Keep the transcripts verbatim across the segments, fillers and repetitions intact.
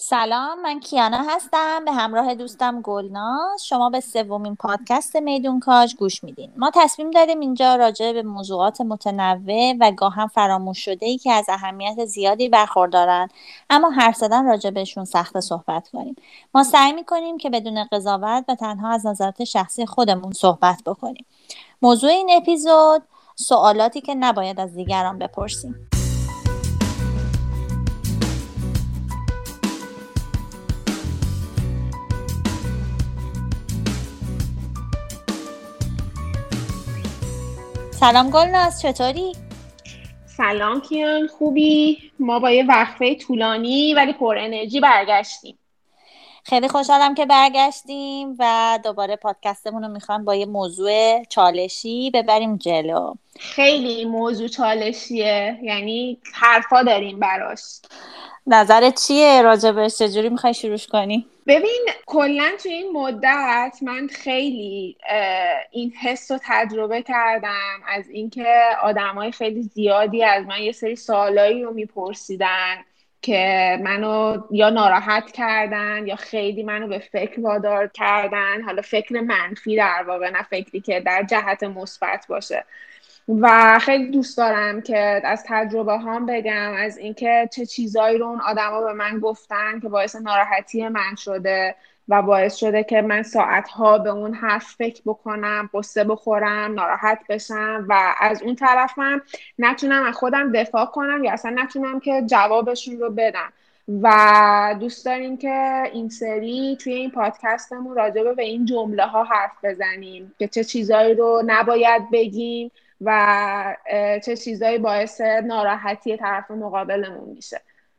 سلام، من کیانا هستم به همراه دوستم گلناز. شما به سومین پادکست میدون کاج گوش میدین. ما تصمیم داریم اینجا راجع به موضوعات متنوع و گاهم فراموش شده ای که از اهمیت زیادی برخوردارن اما حرف زدن راجع بهشون سخت صحبت کنیم. ما سعی میکنیم که بدون قضاوت و تنها از نظرات شخصی خودمون صحبت بکنیم. موضوع این اپیزود: سوالاتی که نباید از دیگران بپرسیم. سلام گلناز، چطوری؟ سلام کیان، خوبی؟ ما با یه وقفه طولانی ولی پر انرژی برگشتیم. خیلی خوشحالم که برگشتیم و دوباره پادکستمون رو میخوام با یه موضوع چالشی ببریم جلو. خیلی موضوع چالشیه، یعنی حرفا داریم براش. نظرت چیه راجبش؟ چجوری میخوای شروع کنی؟ ببین، کلا تو این مدت من خیلی این حس رو تجربه کردم از اینکه آدمای خیلی زیادی از من یه سری سوالایی رو میپرسیدن که منو یا ناراحت کردن یا خیلی منو به فکر وادار کردن. حالا فکر منفی در واقع، نه فکری که در جهت مثبت باشه. و خیلی دوست دارم که از تجربه هام بگم، از اینکه چه چیزایی رو اون آدما به من گفتن که باعث ناراحتی من شده و باعث شده که من ساعتها به اون حرف فکر بکنم، قصه بخورم، ناراحت بشم و از اون طرفم نتونم از خودم دفاع کنم یا اصلا نتونم که جوابشون رو بدم. و دوست داریم که این سری توی این پادکستمون راجع به این جمله ها حرف بزنیم که چه چیزایی رو نباید بگیم و چه چیزایی باعث ناراحتی طرف مقابلمون میشه.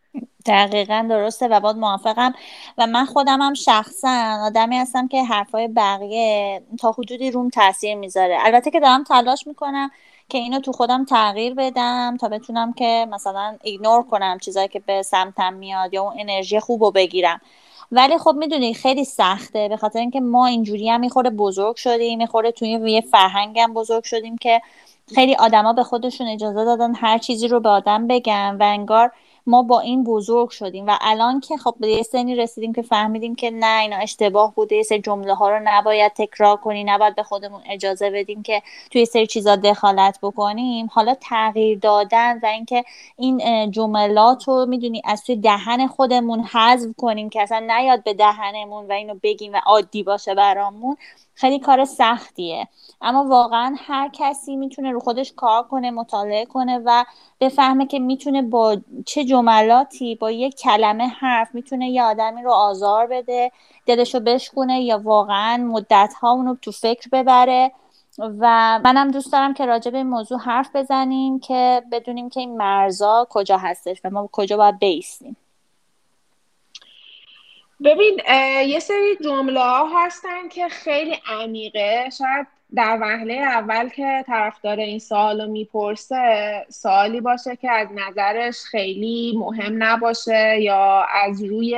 دقیقا درسته و باید موافقم. و من خودم هم شخصا آدمی هستم که حرفای بقیه تا حدودی روم تاثیر میذاره. البته که دارم تلاش میکنم که اینو تو خودم تغییر بدم تا بتونم که مثلا ایگنور کنم چیزایی که به سمتم میاد یا اون انرژی خوب رو بگیرم. ولی خب میدونی خیلی سخته، به خاطر اینکه ما اینجوری هم میخوره بزرگ شدیم، میخوره توی یه فرهنگ هم بزرگ شدیم که خیلی آدما به خودشون اجازه دادن هر چیزی رو به آدم بگن و انگار ما با این بزرگ شدیم و الان که خب به یه سنی رسیدیم که فهمیدیم که نه، اینا اشتباه بوده، یه سری جمله ها رو نباید تکرار کنی، نباید به خودمون اجازه بدیم که توی یه سری چیزا دخالت بکنیم. حالا تغییر دادن و اینکه این جملات رو میدونی از توی دهن خودمون حذف کنیم که اصلا نیاد به دهنمون و اینو بگیم و عادی باشه برامون، خیلی کار سختیه. اما واقعا هر کسی میتونه رو خودش کار کنه، مطالعه کنه و بفهمه که میتونه با چه جملاتی، با یک کلمه حرف میتونه یه آدمی رو آزار بده، دلشو بشکونه یا واقعا مدتها اونو تو فکر ببره. و منم دوست دارم که راجع به این موضوع حرف بزنیم که بدونیم که این مرزا کجا هستش و ما کجا باید بیستیم. ببین، یه سری جمله ها هستن که خیلی عمیقه. شاید در وهله اول که طرفدار این سوال رو میپرسه سوالی باشه که از نظرش خیلی مهم نباشه یا از روی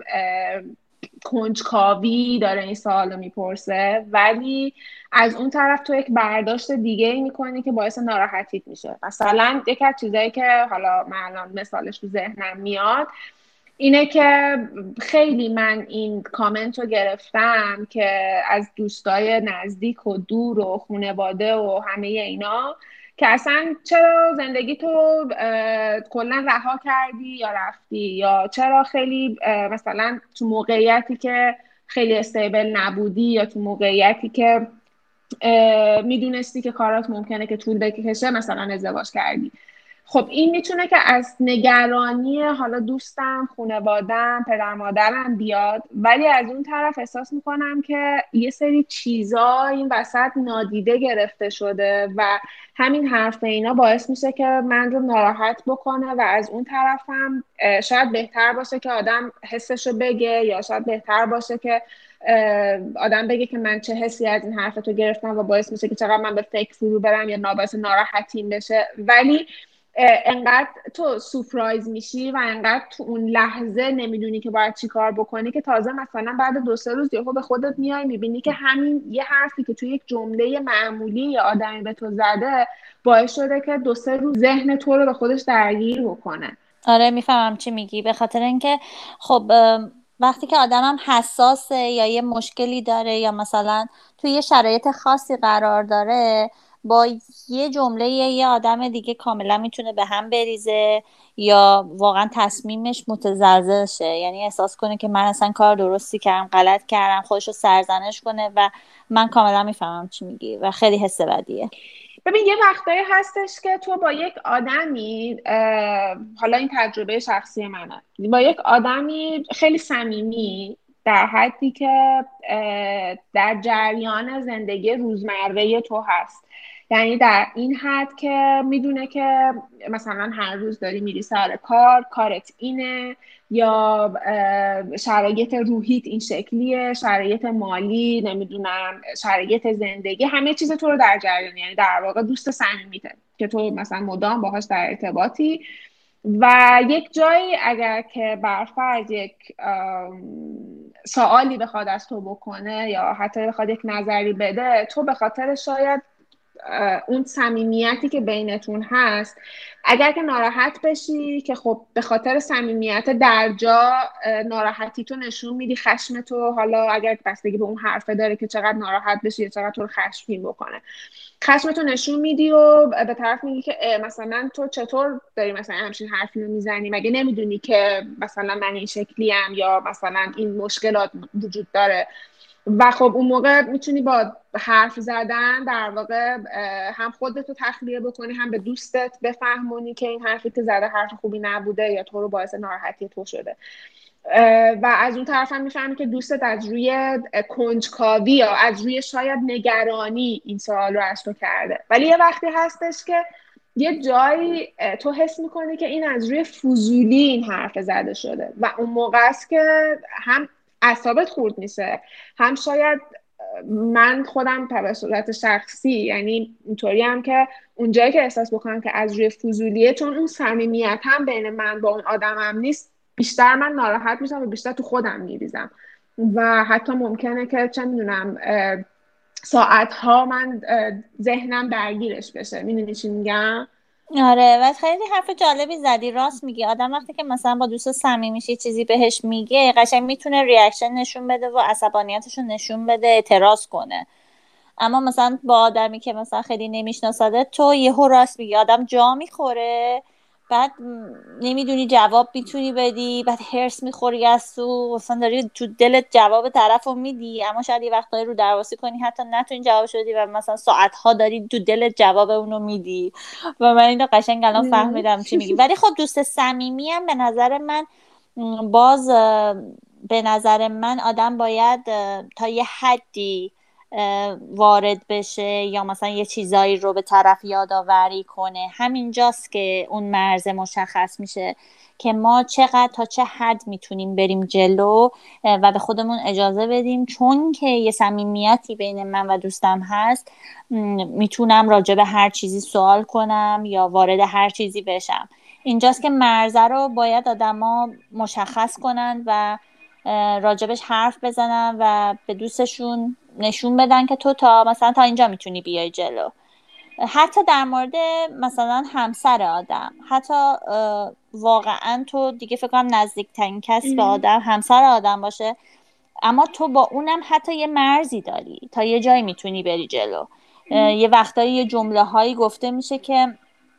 کنجکاوی داره این سوال رو میپرسه، ولی از اون طرف تو یک برداشت دیگه ای میکنی که باعث ناراحتیت میشه. مثلا یک از چیزایی که حالا من الان مثالش تو ذهنم میاد اینه که خیلی من این کامنت رو گرفتم که از دوستای نزدیک و دور و خانواده و همه اینا که اصلا چرا زندگی تو کلا رها کردی یا رفتی، یا چرا خیلی مثلا تو موقعیتی که خیلی استیبل نبودی یا تو موقعیتی که میدونستی که کارات ممکنه که طول بکشه مثلا ازدواج کردی. خب این میتونه که از نگرانی حالا دوستم، خانوادم، پدر مادرم بیاد، ولی از اون طرف احساس میکنم که یه سری چیزا این وسط نادیده گرفته شده و همین حرف اینا باعث میشه که من رو ناراحت بکنه و از اون طرفم شاید بهتر باشه که آدم حسشو بگه یا شاید بهتر باشه که آدم بگه که من چه حسی از این حرفتو گرفتم و باعث میشه که چقدر من به فکر فرو برم یا باعث ناراحتیم بشه. ولی انقدر تو سورپرایز میشی و انقدر تو اون لحظه نمیدونی که باید چی کار بکنی که تازه مثلا بعد دو سه روز یهو به خودت میای میبینی که همین یه حرفی که توی یک جمله معمولی یا آدمی به تو زده باعث شده که دو سه روز ذهن تو رو به خودش درگیر بکنه. آره میفهمم چی میگی. به خاطر اینکه خب ام، وقتی که آدمم حساسه یا یه مشکلی داره یا مثلا توی یه شرایط خاصی قرار داره، با یه جمله یه آدم دیگه کاملا میتونه به هم بریزه یا واقعا تصمیمش متزلزل شه، یعنی احساس کنه که من اصلا کار درستی کردم، غلط کردم، خودش رو سرزنش کنه. و من کاملا میفهمم چی میگی و خیلی حس بدیه. ببین یه وقتایی هستش که تو با یک آدمی حالا این تجربه شخصی منه، با یک آدمی خیلی صمیمی در حدی که در جریان زندگی روزمره تو هست، یعنی در این حد که میدونه که مثلا هر روز داری میری سر کار، کارت اینه، یا شرایط روحیت این شکلیه، شرایط مالی، نمیدونم شرایط زندگی، همه چیز تو رو در جریان، یعنی در واقع دوست صمیمیته که تو مثلا مدام باهاش در ارتباطی. و یک جایی اگر که برفرض یک سوالی بخواد از تو بکنه یا حتی بخواد یک نظری بده، تو به خاطر شاید اون صمیمیتی که بینتون هست، اگر که ناراحت بشی که خب به خاطر صمیمیت در جا ناراحتی تو نشون میدی، خشم تو، حالا اگر بستگی به اون حرفه داره که چقدر ناراحت بشی یا چقدر تو رو خشمگین بکنه، خشم تو نشون میدی و به طرف میگی که مثلا تو چطور داری مثلا همچین حرفی رو میزنی، مگه نمیدونی که مثلا من این شکلیم یا مثلا این مشکلات وجود داره. و خب اون موقع میتونی با حرف زدن در واقع هم خودتو تخلیه بکنی، هم به دوستت بفهمونی که این حرفی که زده حرف خوبی نبوده یا تو رو باعث ناراحتی تو شده. و از اون طرف هم میفهمی که دوستت از روی کنجکاوی یا از روی شاید نگرانی این سوال رو از تو کرده. ولی یه وقتی هستش که یه جایی تو حس میکنی که این از روی فضولی این حرف زده شده و اون موقع است که هم اعصابت خورد میشه، هم شاید من خودم به صورت شخصی یعنی اینطوری هم که اونجایی که احساس بکنم که از روی فضولیه، چون اون صمیمیت هم بین من با اون آدمم نیست، بیشتر من ناراحت میشم و بیشتر تو خودم میریزم و حتی ممکنه که چه میدونم ساعتها من ذهنم درگیرش بشه. میدونی چی میگم؟ آره و خیلی حرف جالبی زدی، راست میگی. آدم وقتی که مثلا با دوست صمیمیش یه چیزی بهش میگه، قشنگ میتونه ریاکشن نشون بده و عصبانیتش رو نشون بده، اعتراض کنه. اما مثلا با آدمی که مثلا خیلی نمیشناسده، تو یهو راست میگی، آدم جا میخوره، بعد نمیدونی جواب میتونی بدی، بعد هرس میخوری از تو، مثلا داری تو دلت جواب طرف رو میدی، اما شاید یه وقتایی رو درواسی کنی حتی نتونی جوابش بدی و مثلا ساعتها داری تو دلت جواب اونو میدی. و من اینو قشنگ الان فهمیدم چی میگی. ولی خب دوست صمیمی هم به نظر من باز به نظر من آدم باید تا یه حدی وارد بشه یا مثلا یه چیزایی رو به طرف یادآوری کنه. همینجاست که اون مرز مشخص میشه که ما چقدر تا چه حد میتونیم بریم جلو و به خودمون اجازه بدیم، چون که یه صمیمیتی بین من و دوستم هست، میتونم راجع به هر چیزی سوال کنم یا وارد هر چیزی بشم. اینجاست که مرزه رو باید آدما مشخص کنن و راجبش حرف بزنن و به دوستشون نشون بدن که تو تا مثلا تا اینجا میتونی بیای جلو. حتی در مورد مثلا همسر آدم، حتی واقعا تو دیگه فکر کنم نزدیکترین کس به آدم همسر آدم باشه، اما تو با اونم حتی یه مرزی داری، تا یه جایی میتونی بری جلو. یه وقتایی یه جمله هایی گفته میشه که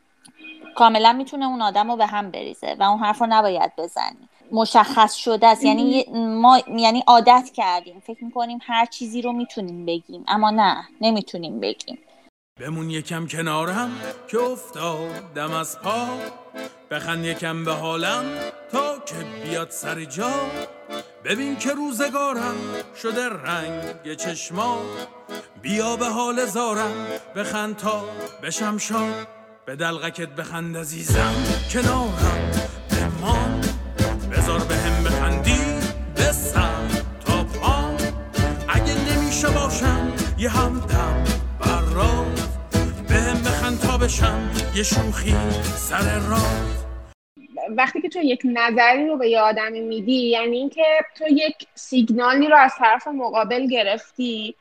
کاملا میتونه اون آدم رو به هم بریزه و اون حرف رو نباید بزنی. مشخص شده است، یعنی ما یعنی عادت کردیم فکر میکنیم هر چیزی رو میتونیم بگیم، اما نه، نمیتونیم بگیم. بمون یکم کنارم که افتادم از پا، بخند یکم به حالم تا که بیاد سر جا، ببین که روزگارم شده رنگ چشما، بیا به حال زارم بخند تا بشم شاد، به دلغکت بخند عزیزم کنارم بمان، بذار به هم بخندی به سر تا پام، اگه نمیشه باشم یه همدم برات، به هم بخند تا بشم یه شوخی سر راه. وقتی که تو یک نظری رو به یه آدمی میدی، یعنی اینکه تو یک سیگنالی رو از طرف مقابل گرفتی،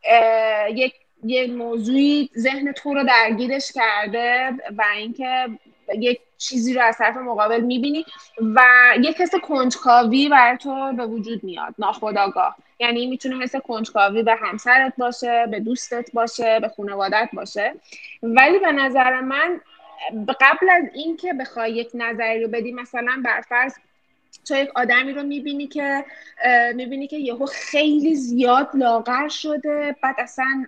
یک یه موضوعی ذهن تو رو درگیرش کرده و اینکه یک چیزی رو از طرف مقابل میبینی و یک حس کنجکاوی بر تو به وجود میاد ناخودآگاه. یعنی میتونه حس کنجکاوی به همسرت باشه، به دوستت باشه، به خانوادت باشه. ولی به نظر من قبل از این که بخوای یک نظری رو بدی، مثلا برفرض تو یک آدمی رو میبینی که میبینی که یهو خیلی زیاد لاغر شده، بعد اصلا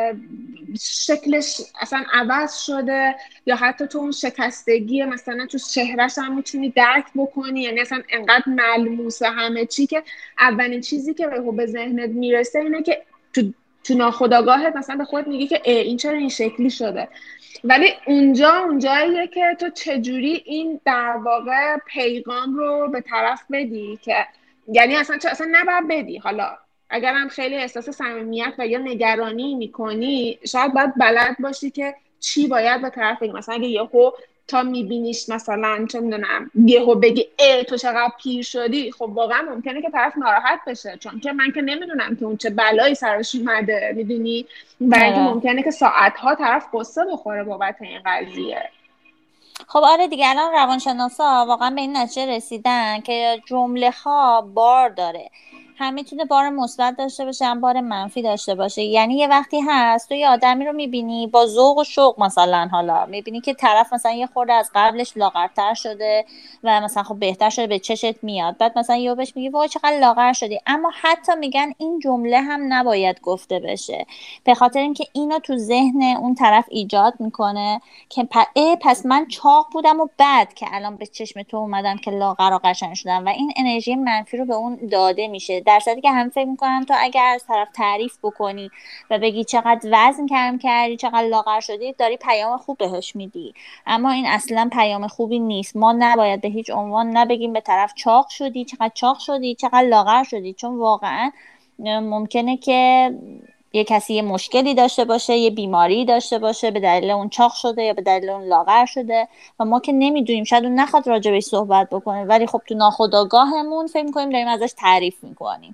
شکلش اصلا عوض شده، یا حتی تو اون شکستگی مثلا تو چهرهش هم میتونی درک بکنی، یعنی اصلا انقدر ملموسه همه چی که اولین چیزی که به ذهنت میرسه اینه که تو تو ناخودآگاهت مثلا به خودت میگی که این چرا این شکلی شده. ولی اونجا اونجاییه که تو چجوری این در واقع پیغام رو به طرف بدی که یعنی اصلا چه اصلا نباید بدی. حالا اگر هم خیلی احساس صمیمیت و یا نگرانی میکنی، شاید باید بلد باشی که چی باید به طرف بگی. مثلا اگه یهو تا میبینیش مثلا چه میدونم یهو بگی ای تو چقدر پیر شدی، خب واقعا ممکنه که طرف ناراحت بشه، چون که من که نمیدونم که اون چه بلایی سرش اومده، میدونی، و اینکه ممکنه که ساعتها طرف قصه بخوره بابت این قضیه. خب آره دیگه، الان روانشناسا واقعا به این نتیجه رسیدن که جمله ها بار داره، هم میتونه بار مثبت داشته باشه هم بار منفی داشته باشه. یعنی یه وقتی هست تو یه آدمی رو میبینی با ذوق و شوق، مثلا حالا میبینی که طرف مثلا یه خورده از قبلش لاغرتر شده و مثلا خب بهتر شده، به چشت میاد، بعد مثلا یهو بهش میگی وای چقدر لاغر شدی. اما حتی میگن این جمله هم نباید گفته بشه، به خاطر اینکه اینو تو ذهن اون طرف ایجاد میکنه که پس من چاق بودم و بعد که الان به چشم تو اومدم که لاغر و قشنگ شدم، و این انرژی منفی رو به اون داده میشه. در صورتی که هم فکر میکنم تو اگر از طرف تعریف بکنی و بگی چقدر وزن کم کردی، چقدر لاغر شدی، داری پیام خوب بهش میدی. اما این اصلا پیام خوبی نیست. ما نباید به هیچ عنوان نبگیم به طرف چاق شدی، چقدر چاق شدی، چقدر لاغر شدی، چون واقعا ممکنه که یه کسی یه مشکلی داشته باشه، یه بیماری داشته باشه، به دلیل اون چاق شده یا به دلیل اون لاغر شده و ما که نمیدونیم، شاید اون نخواد راجبش صحبت بکنه، ولی خب تو ناخودآگاهمون فکر میکنیم داریم ازش تعریف میکنیم.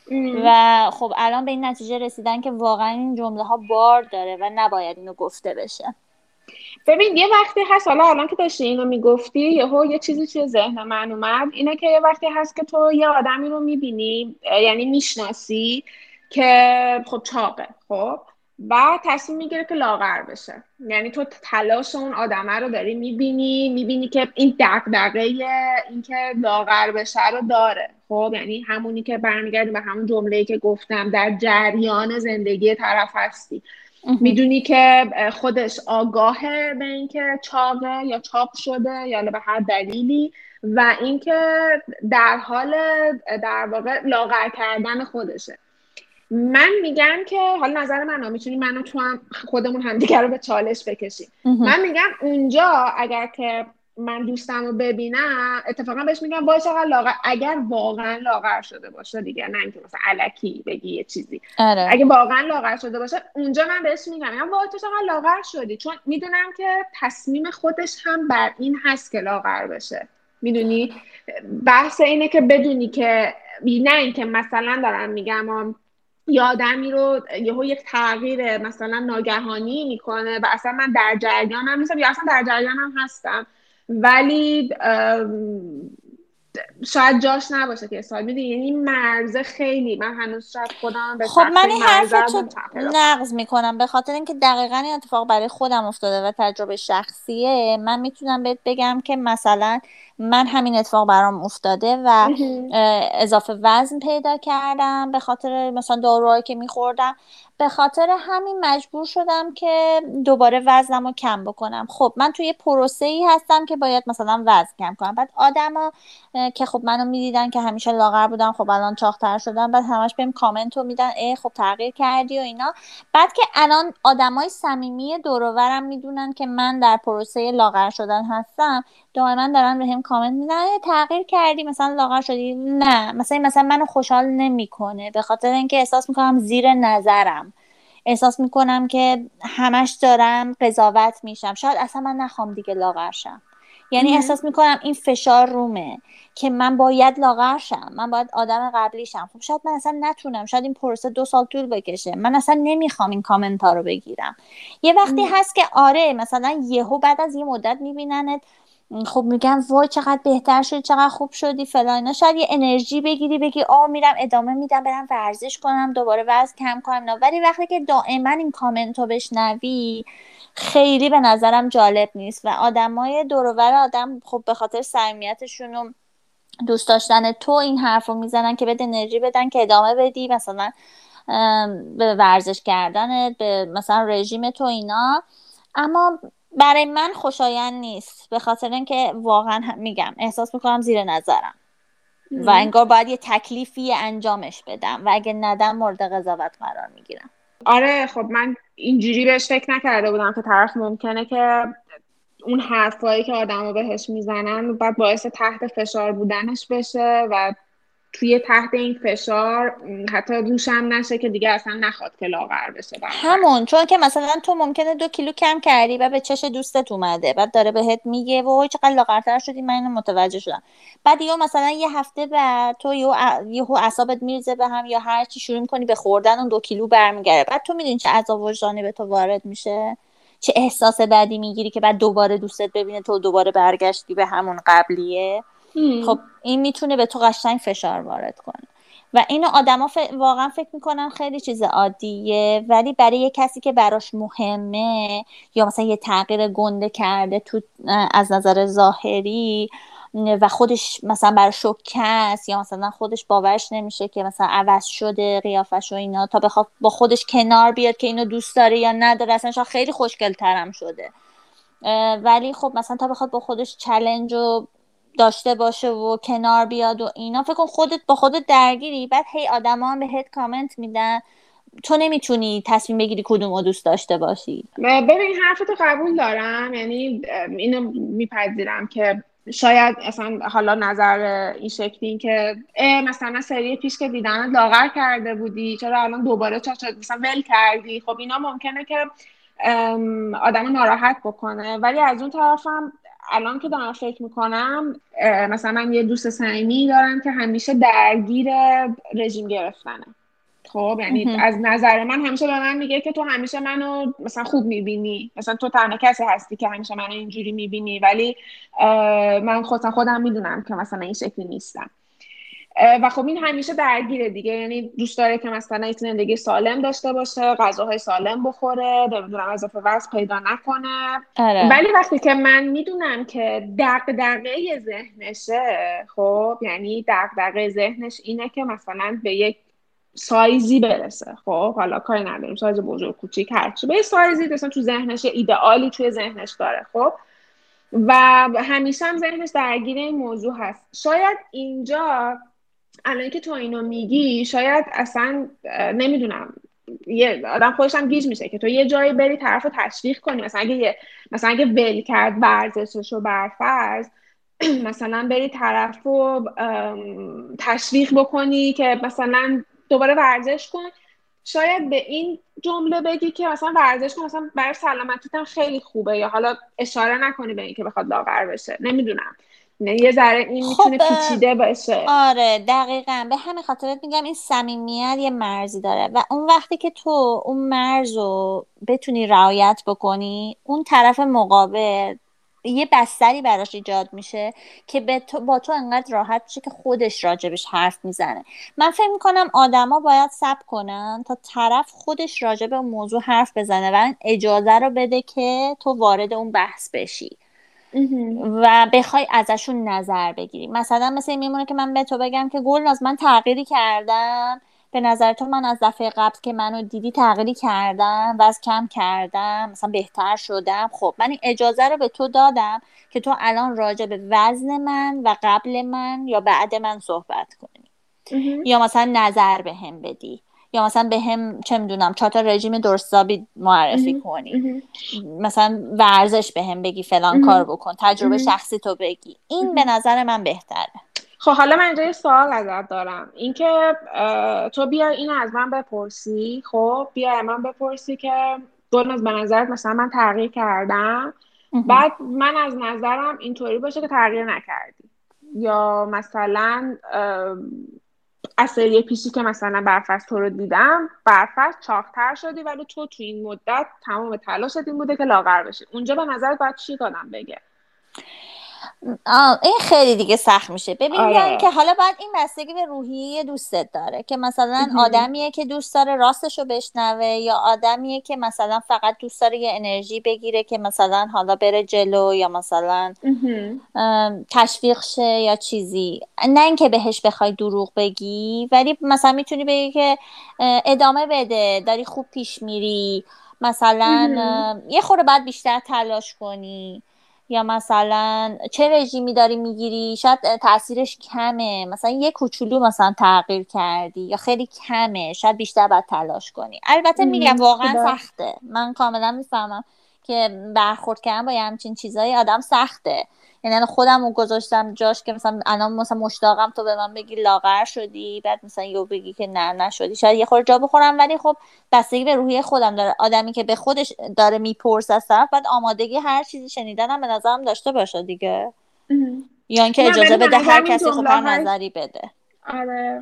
و خب الان به این نتیجه رسیدن که واقعا این جمله ها بار داره و نباید اینو گفته بشه. ببین یه وقتی هست، حالا الان که داشتی اینو میگفتی یهو یه چیزی توی ذهن من اومد، اینه که یه وقتی هست که تو یه آدمی رو میبینی، یعنی میشناسی که خب چاقه، خب بعد تصمیم میگیره که لاغر بشه. یعنی تو تلاش اون آدمه رو داری میبینی، میبینی که این دغدغه این که لاغر بشه رو داره. خب یعنی همونی که برمیگردیم به همون جمله‌ای که گفتم، در جریان زندگی طرف هستی، میدونی که خودش آگاهه به اینکه چاقه یا چاق شده یا به هر دلیلی، و اینکه در حال در واقع لاغر کردن خودشه. من میگم که حالا نظر من، میتونی منو تو هم خودمون همدیگه رو به چالش بکشیم. من میگم اونجا اگر که من دوستم رو ببینم، اتفاقا بهش میگم وای چقدر لاغر، اگر واقعا لاغر شده باشه دیگه، نه اینکه مثلا الکی بگی یه چیزی. آره. اگه واقعا لاغر شده باشه اونجا من بهش میگم میگم وای تو چقدر لاغر شدی، چون میدونم که تصمیم خودش هم بر این هست که لاغر بشه. میدونی بحث اینه که بدونی که نه اینکه مثلا دارم میگم یه آدمی رو یهو یک تغییر مثلا ناگهانی میکنه و اصلا من در جریانم نیستم یا اصلا در جریانم هستم، ولی شاید جاش نباشه که سوال میدونی. یعنی مرزه خیلی من هنوز شاید خودم به خب من این حرفتو نقض میکنم، به خاطر اینکه دقیقاً این اتفاق برای خودم افتاده و تجربه شخصیه. من میتونم بهت بگم که مثلا من همین اتفاق برام افتاده و اضافه وزن پیدا کردم به خاطر مثلا داروهایی که میخوردم، به خاطر همین مجبور شدم که دوباره وزنمو کم بکنم. خب من توی پروسه‌ای هستم که باید مثلا وزن کم کنم. بعد آدما که خب منو میدیدن که همیشه لاغر بودم، خب الان چاق‌تر شدم، بعد همش بهم کامنت رو میدن ای خب تغییر کردی و اینا. بعد که الان آدمای صمیمی دور و برم میدونن که من در پروسه لاغر شدن هستم، دائما دارن بهم کامنت میدن تغییر کردی، مثلا لاغر شدی. نه مثلا مثلا منو خوشحال نمیکنه، به خاطر اینکه احساس میکنم زیر نظرم، احساس میکنم که همش دارم قضاوت میشم، شاید اصلا من نخوام دیگه لاغر شم. یعنی احساس میکنم این فشار رومه که من باید لاغر شم، من باید آدم قبلی شم. خب شاید من اصلا نتونم، شاید این پروسه دو سال طول بکشه، من اصلا نمیخوام این کامنت ها رو بگیرم. یه وقتی ام. هست که آره مثلا یهو بعد از یه مدت میبیننت خب میگم وای چقدر بهتر شدی، چقدر خوب شدی فلان اینا. شاید یه انرژی بگیری بگی آ میرم ادامه میدم، برم ورزش کنم، دوباره وزن کم کنم اینا. ولی وقتی که دائما این کامنت رو بشنوی خیلی به نظرم جالب نیست. و آدمای دور و بر آدم خب به خاطر صمیمیتشون و دوست داشتن تو این حرف رو میزنن که بهت انرژی بدن که ادامه بدی، مثلا به ورزش کردنت، به مثلا رژیم تو اینا. اما برای من خوشایند نیست، به خاطر اینکه واقعا میگم احساس میکنم زیر نظرم و انگار باید یه تکلیفی انجامش بدم و اگه ندم مورد قضاوت قرار میگیرم. آره خب من اینجوری بهش فکر نکرده بودم که طرف ممکنه که اون حرفایی که آدمو بهش میزنن بعد باعث تحت فشار بودنش بشه و توی تحت این فشار حتی روشم نشه که دیگه اصلا نخواد که لاغر بشه. همون چون که مثلا تو ممکنه دو کیلو کم کردی و به چش دوستت اومده، بعد داره بهت میگه وای چقدر لاغرتر شدی، من اینو متوجه شدم. بعد یا مثلا یه هفته بعد تو یهو اعصابت میرزه به هم یا هر چی، شروع می‌کنی به خوردن، اون دو کیلو برمیگره. بعد تو میدونی چه عذاب وجدانی به تو وارد میشه، چه احساس بدی میگیری که بعد دوباره دوستت ببینه تو دوباره برگشتی به همون قبلیه. خب این میتونه به تو قشنگ فشار وارد کنه و اینو آدما ف... واقعا فکر میکنن خیلی چیز عادیه، ولی برای یه کسی که براش مهمه یا مثلا یه تغییر گنده کرده تو از نظر ظاهری و خودش مثلا براش شوکه است یا مثلا خودش باورش نمیشه که مثلا عوض شده قیافش و اینا، تا بخواد با خودش کنار بیاد که اینو دوست داره یا نداره، اصلا شاید خیلی خوشگل ترم شده، ولی خب مثلا تا بخواد با خودش چالش و داشته باشه و کنار بیاد و اینا، فکر کن خودت با خودت درگیری، بعد هی آدما هم بهت کامنت میدن، تو نمیتونی تصمیم بگیری کدومو دوست داشته باشی. ببین حرفتو قبول دارم، یعنی اینو میپذیرم که شاید اصلا حالا نظر این شکلی که مثلا سری پیش که دیدن لاغر کرده بودی چرا الان دوباره چاچا مثلا ول کردی، خب اینا ممکنه که آدمو ناراحت بکنه. ولی از اون طرفم الان که دارم فکر میکنم مثلا من یه دوست صمیمی دارم که همیشه درگیر رژیم گرفتنه. خب یعنی از نظر من همیشه به من میگه که تو همیشه منو مثلا خوب میبینی، مثلا تو تنها کسی هستی که همیشه منو اینجوری میبینی، ولی من خودم خودم میدونم که مثلا این شکلی نیستم. و خب این همیشه درگیره دیگه، یعنی دوست داره که مثلا زندگی سالم داشته باشه، غذاهای سالم بخوره، نمیدونم اضافه وزن پیدا نکنه. آره. ولی وقتی که من میدونم که دغدغه ذهنشه، خب یعنی دغدغه ذهنش اینه که مثلا به یک سایزی برسه، خب حالا کاری نداریم سایز بزرگ کوچیک هرچی، به یه سایزی مثلا تو ذهنش ایدئالی توی ذهنش داره، خب و همیشه هم ذهنش درگیر این موضوع هست. شاید اینجا الان که تو اینو میگی شاید اصلا نمیدونم یه آدم خودش هم گیج میشه که تو یه جایی بری طرف رو تشویق کنی، مثلا اگه یه مثلا اگه ول کرد ورزشش رو برفرض مثلا بری طرف رو تشویق بکنی که مثلا دوباره ورزش کن، شاید به این جمله بگی که مثلا ورزش کن مثلا برای سلامتیت هم خیلی خوبه، یا حالا اشاره نکنی به این که بخواد لاغر بشه، نمیدونم یه ذره این خب میتونه پیچیده باشه. آره دقیقاً، به همین خاطرت میگم این صمیمیت یه مرزی داره و اون وقتی که تو اون مرز رو بتونی رعایت بکنی، اون طرف مقابل یه بستری براش ایجاد میشه که به تو با تو انقدر راحت میشه که خودش راجبش حرف میزنه. من فکر میکنم آدما باید صبر کنن تا طرف خودش راجب اون موضوع حرف بزنه و اجازه رو بده که تو وارد اون بحث بشی و بخوای ازشون نظر بگیری. مثلا مثل این میمونه که من به تو بگم که گلناز من تغییری کردم، به نظر تو من از دفعه قبل که منو دیدی تغییری کردم، وزن کم کردم، مثلا بهتر شدم. خب من این اجازه رو به تو دادم که تو الان راجع به وزن من و قبل من یا بعد من صحبت کنی یا مثلا نظر به هم بدی یا مثلا به هم چه میدونم چهار تا رژیم درستابی معرفی کنی، مثلا ورزش به هم بگی فلان کار بکن، تجربه شخصی تو بگی. این به نظر من بهتره. خب حالا من اینجا یه سوال ازت دارم، اینکه تو بیا اینو از من بپرسی، خب بیا من بپرسی که گلناز به نظرت مثلا من تغییر کردم، بعد من از نظرم اینطوری باشه که تغییر نکردی، یا مثلا از سری پیشی که مثلا برفرض تو رو دیدم برفرض چاق‌تر شدی ولی تو تو این مدت تمام تلاشت این بوده که لاغر بشی، اونجا به نظرت باید چی کنم بگه؟ آه این خیلی دیگه سخت میشه. ببین یا آره. اینکه حالا باید این بستگی به روحیه دوستت داره که مثلا مهم. آدمیه که دوست داره راستشو بشنوه یا آدمیه که مثلا فقط دوست داره یه انرژی بگیره که مثلا حالا بره جلو یا مثلا مهم. ام، تشویق شه یا چیزی. نه اینکه بهش بخوای دروغ بگی، ولی مثلا میتونی بگی که اه، ادامه بده، داری خوب پیش میری، مثلا مهم. اه، یه خورده باید بیشتر تلاش کنی، یا مثلا چه رژیمی داری میگیری، شاید اه، تاثیرش کمه، مثلا یه کوچولو مثلا تغییر کردی یا خیلی کمه، شاید بیشتر باید تلاش کنی. البته میگم مهم. واقعا خوبه. سخته، من کاملا میفهمم که برخورد کردن با یه همچین چیزایی آدم سخته. یعنی الان خودم رو گذاشتم جاش که مثلا الان مثلا مشتاقم تو به من بگی لاغر شدی، بعد مثلا یهو بگی که نه نشدی، شاید یه خورده جا بخورم، ولی خب بستگی به روحیه خودم داره. آدمی که به خودش داره میپرسه از طرف باید آمادگی هر چیزی شنیدنم به نظرم داشته باشه دیگه، مهم. یا اینکه نه اجازه ولی به بده هر نظرم این کسی خب جمله هر های نظری بده. آره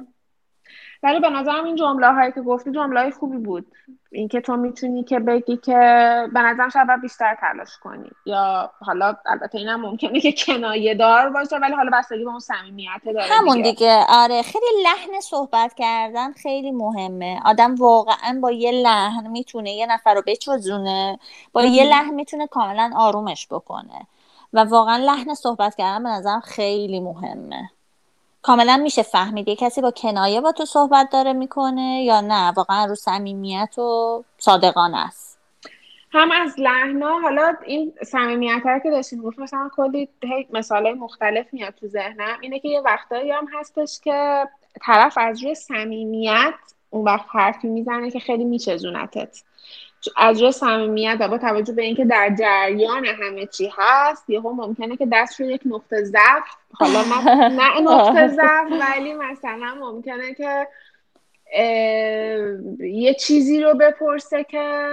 ولی به نظرم این جمله هایی که گفتی جمله های خوبی بود. اینکه تو میتونی که بگی که به نظرم شاید باید بیشتر تلاش کنی، یا حالا البته اینم ممکنه که کنایه دار باشه ولی حالا بستگی به اون صمیمیت داره همون دیگه. دیگه. آره خیلی لحن صحبت کردن خیلی مهمه. آدم واقعا با یه لحن میتونه یه نفر رو بچوزونه، با یه مهم. لحن میتونه کاملا آرومش بکنه و واقعا لحن صحبت کردن به نظرم خیلی مهمه. کاملا میشه فهمید یه کسی با کنایه با تو صحبت داره میکنه یا نه واقعا رو صمیمیت و صادقانه است. هم از لحنا، حالا این صمیمیت رو که داشتیم گفت مثلا کلی مثالای مختلف میاد تو ذهنم، اینه که یه وقتایی هم هستش که طرف از روی صمیمیت اون وقت حرفی میزنه که خیلی میچزونتت از روی صمیمیت و با توجه به اینکه در جریان همه چی هست یهو ممکنه که دست رو یک نقطه ضعف، حالا نه نه نقطه ضعف ولی مثلا ممکنه که یه چیزی رو بپرسه که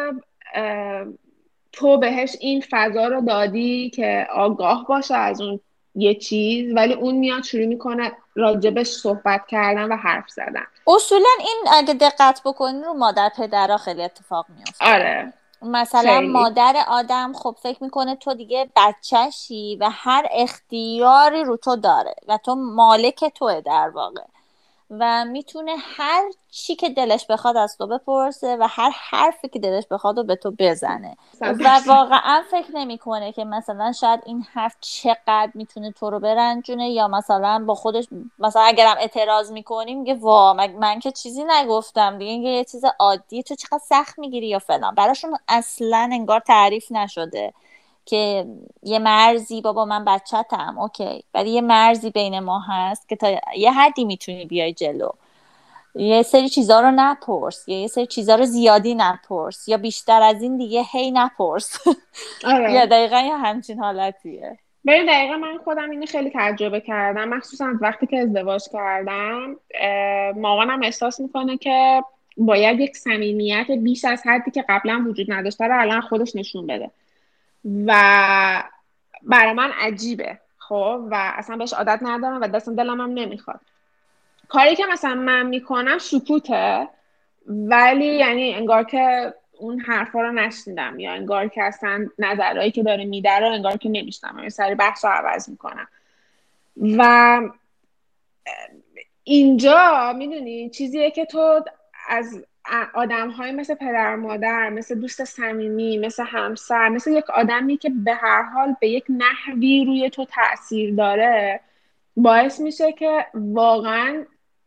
تو بهش این فضا رو دادی که آگاه باشه از اون یه چیز، ولی اون میاد شروع میکنه راجبش صحبت کردن و حرف زدن. اصولا این اگه دقت بکنی رو مادر پدرها خیلی اتفاق میفته. آره مثلا خیلی. مادر آدم خب فکر میکنه تو دیگه بچه‌شی و هر اختیاری رو تو داره و تو مالک توه در واقع، و میتونه هر چی که دلش بخواد از تو بپرسه و هر حرفی که دلش بخواد رو به تو بزنه و واقعا فکر نمیکنه که مثلا شاید این حرف چقدر میتونه تو رو برنجونه، یا مثلا با خودش مثلا اگرم اعتراض میکنی میگه وا من, من که چیزی نگفتم دیگه، این یه چیز عادیه تو چقدر سخت میگیری یا فلان. براشون اصلا انگار تعریف نشده که یه مرزی، بابا من بچه‌تم اوکی، ولی یه مرزی بین ما هست که تا یه حدی میتونی بیای جلو، یه سری چیزا رو نپرس، یا یه سری چیزا رو زیادی نپرس، یا بیشتر از این دیگه هی نپرس. یا آره دقیقا یه همچین حالتیه. ببین دقیقا من خودم اینو خیلی تجربه کردم، مخصوصا از وقتی که ازدواج کردم. مامانم احساس میکنه که باید یک صمیمیت بیش از حدی که قبلا وجود نداشته رو الان خودش نشون بده و برای من عجیبه خب و اصلا بهش عادت ندارم و دستم دلم هم نمیخواد. کاری که مثلا من میکنم سکوته، ولی یعنی انگار که اون حرفا رو نشنیدم یا انگار که اصلا نظرهایی که داره میده رو انگار که نمیشنم، یعنی سری بحث رو عوض میکنم. و اینجا میدونی چیزیه که تو از آدم های مثل پدر مادر، مثل دوست صمیمی، مثل همسر، مثل یک آدمی که به هر حال به یک نحوی روی تو تأثیر داره باعث میشه که واقعا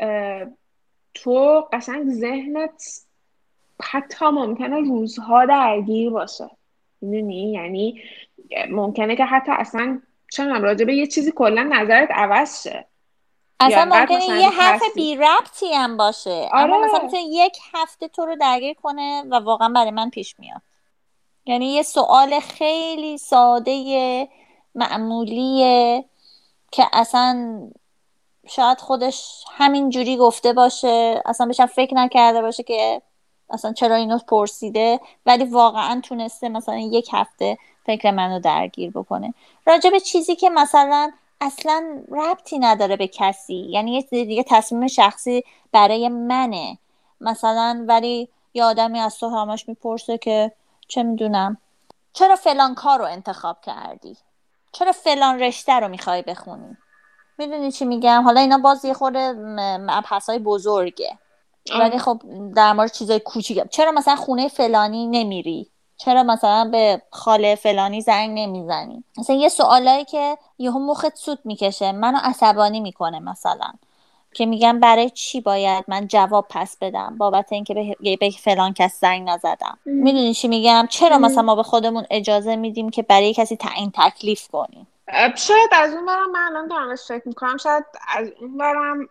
تو قشنگ ذهنت حتی ممکنه روزها درگیر باشه، میدونی یعنی ممکنه که حتی اصلا چه میدونم راجع به یه چیزی کلا نظرت عوض شه یا اصلا انقدر ممکنه مثلا یه رو حرف تاثیر. بی ربطی هم باشه اما مثلا آره میتونه یک هفته تو رو درگیر کنه و واقعا برای من پیش میاد. یعنی یه سوال خیلی ساده معمولیه که اصلا شاید خودش همین جوری گفته باشه، اصلا بهش فکر نکرده باشه که اصلا چرا اینو پرسیده، ولی واقعا تونسته مثلا یک هفته فکر منو درگیر بکنه راجع به چیزی که مثلا اصلا ربطی نداره به کسی، یعنی یه دیگه تصمیم شخصی برای منه مثلا، ولی یه آدمی از تو همش میپرسه که چه میدونم چرا فلان کار رو انتخاب کردی، چرا فلان رشته رو میخوای بخونی؟ میدونی چی میگم؟ حالا اینا باز یه خورده مبحث‌های بزرگه، ولی خب در مورد چیزای کوچیکه. چرا مثلا خونه فلانی نمیری؟ چرا مثلا به خاله فلانی زنگ نمیزنی؟ مثلا یه سوالایی که یهو مخت سوت میکشه، منو عصبانی میکنه، مثلا که میگم برای چی باید من جواب پس بدم بابت اینکه به, به فلان کس زنگ نزدم. میدونی چی میگم؟ چرا مثلا ما به خودمون اجازه میدیم که برای کسی تعیین تکلیف کنیم؟ شاید از اون برم، من الان دارم فکر میکنم، شاید از اون برم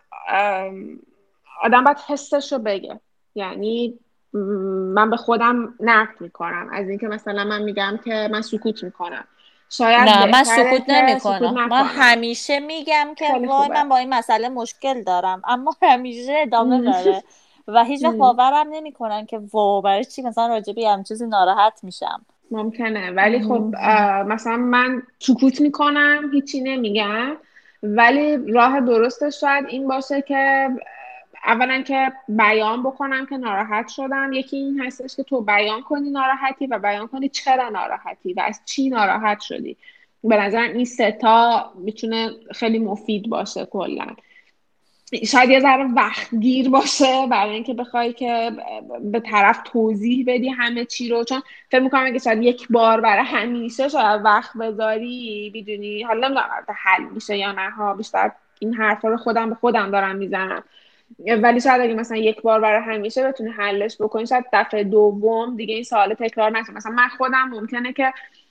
آدم باید حسش رو بگه. یعنی من به خودم نقد میکنم از اینکه مثلا من میگم که من سکوت میکنم. شاید نه من بهتره سکوت که نمی سکوت کنم. نکنم. من همیشه میگم که خیلی وای خوبه. من با این مسئله مشکل دارم، اما همیشه ادامه داره و هیچ وقت باورم نمی کنن که واو برای چی مثلا راجبی هم چیزی ناراحت میشم. ممکنه، ولی خب مثلا من سکوت میکنم، هیچی نمیگم، ولی راه درستش شاید این باشه که اولا که بیان بکنم که ناراحت شدم. یکی این هستش که تو بیان کنی ناراحتی و بیان کنی چرا ناراحتی و از چی ناراحت شدی. به نظرم این سه تا میتونه خیلی مفید باشه. کلا شاید یه ذره وقت گیر باشه برای اینکه بخوای که به طرف توضیح بدی همه چی رو، چون فکر میکنم که شاید یک بار برای همیشه شاید وقت بذاری بدونی. حالا نمیدونم حل میشه یا نه ها، بیشتر این حرفا رو خودم به خودم دارم میزنم، ولی شاید اگه مثلا یک بار برای همیشه بتونی حلش بکنی، شاید دفعه دوم دیگه این سوال تکرار نشه. مثلا من خودم ممکنه که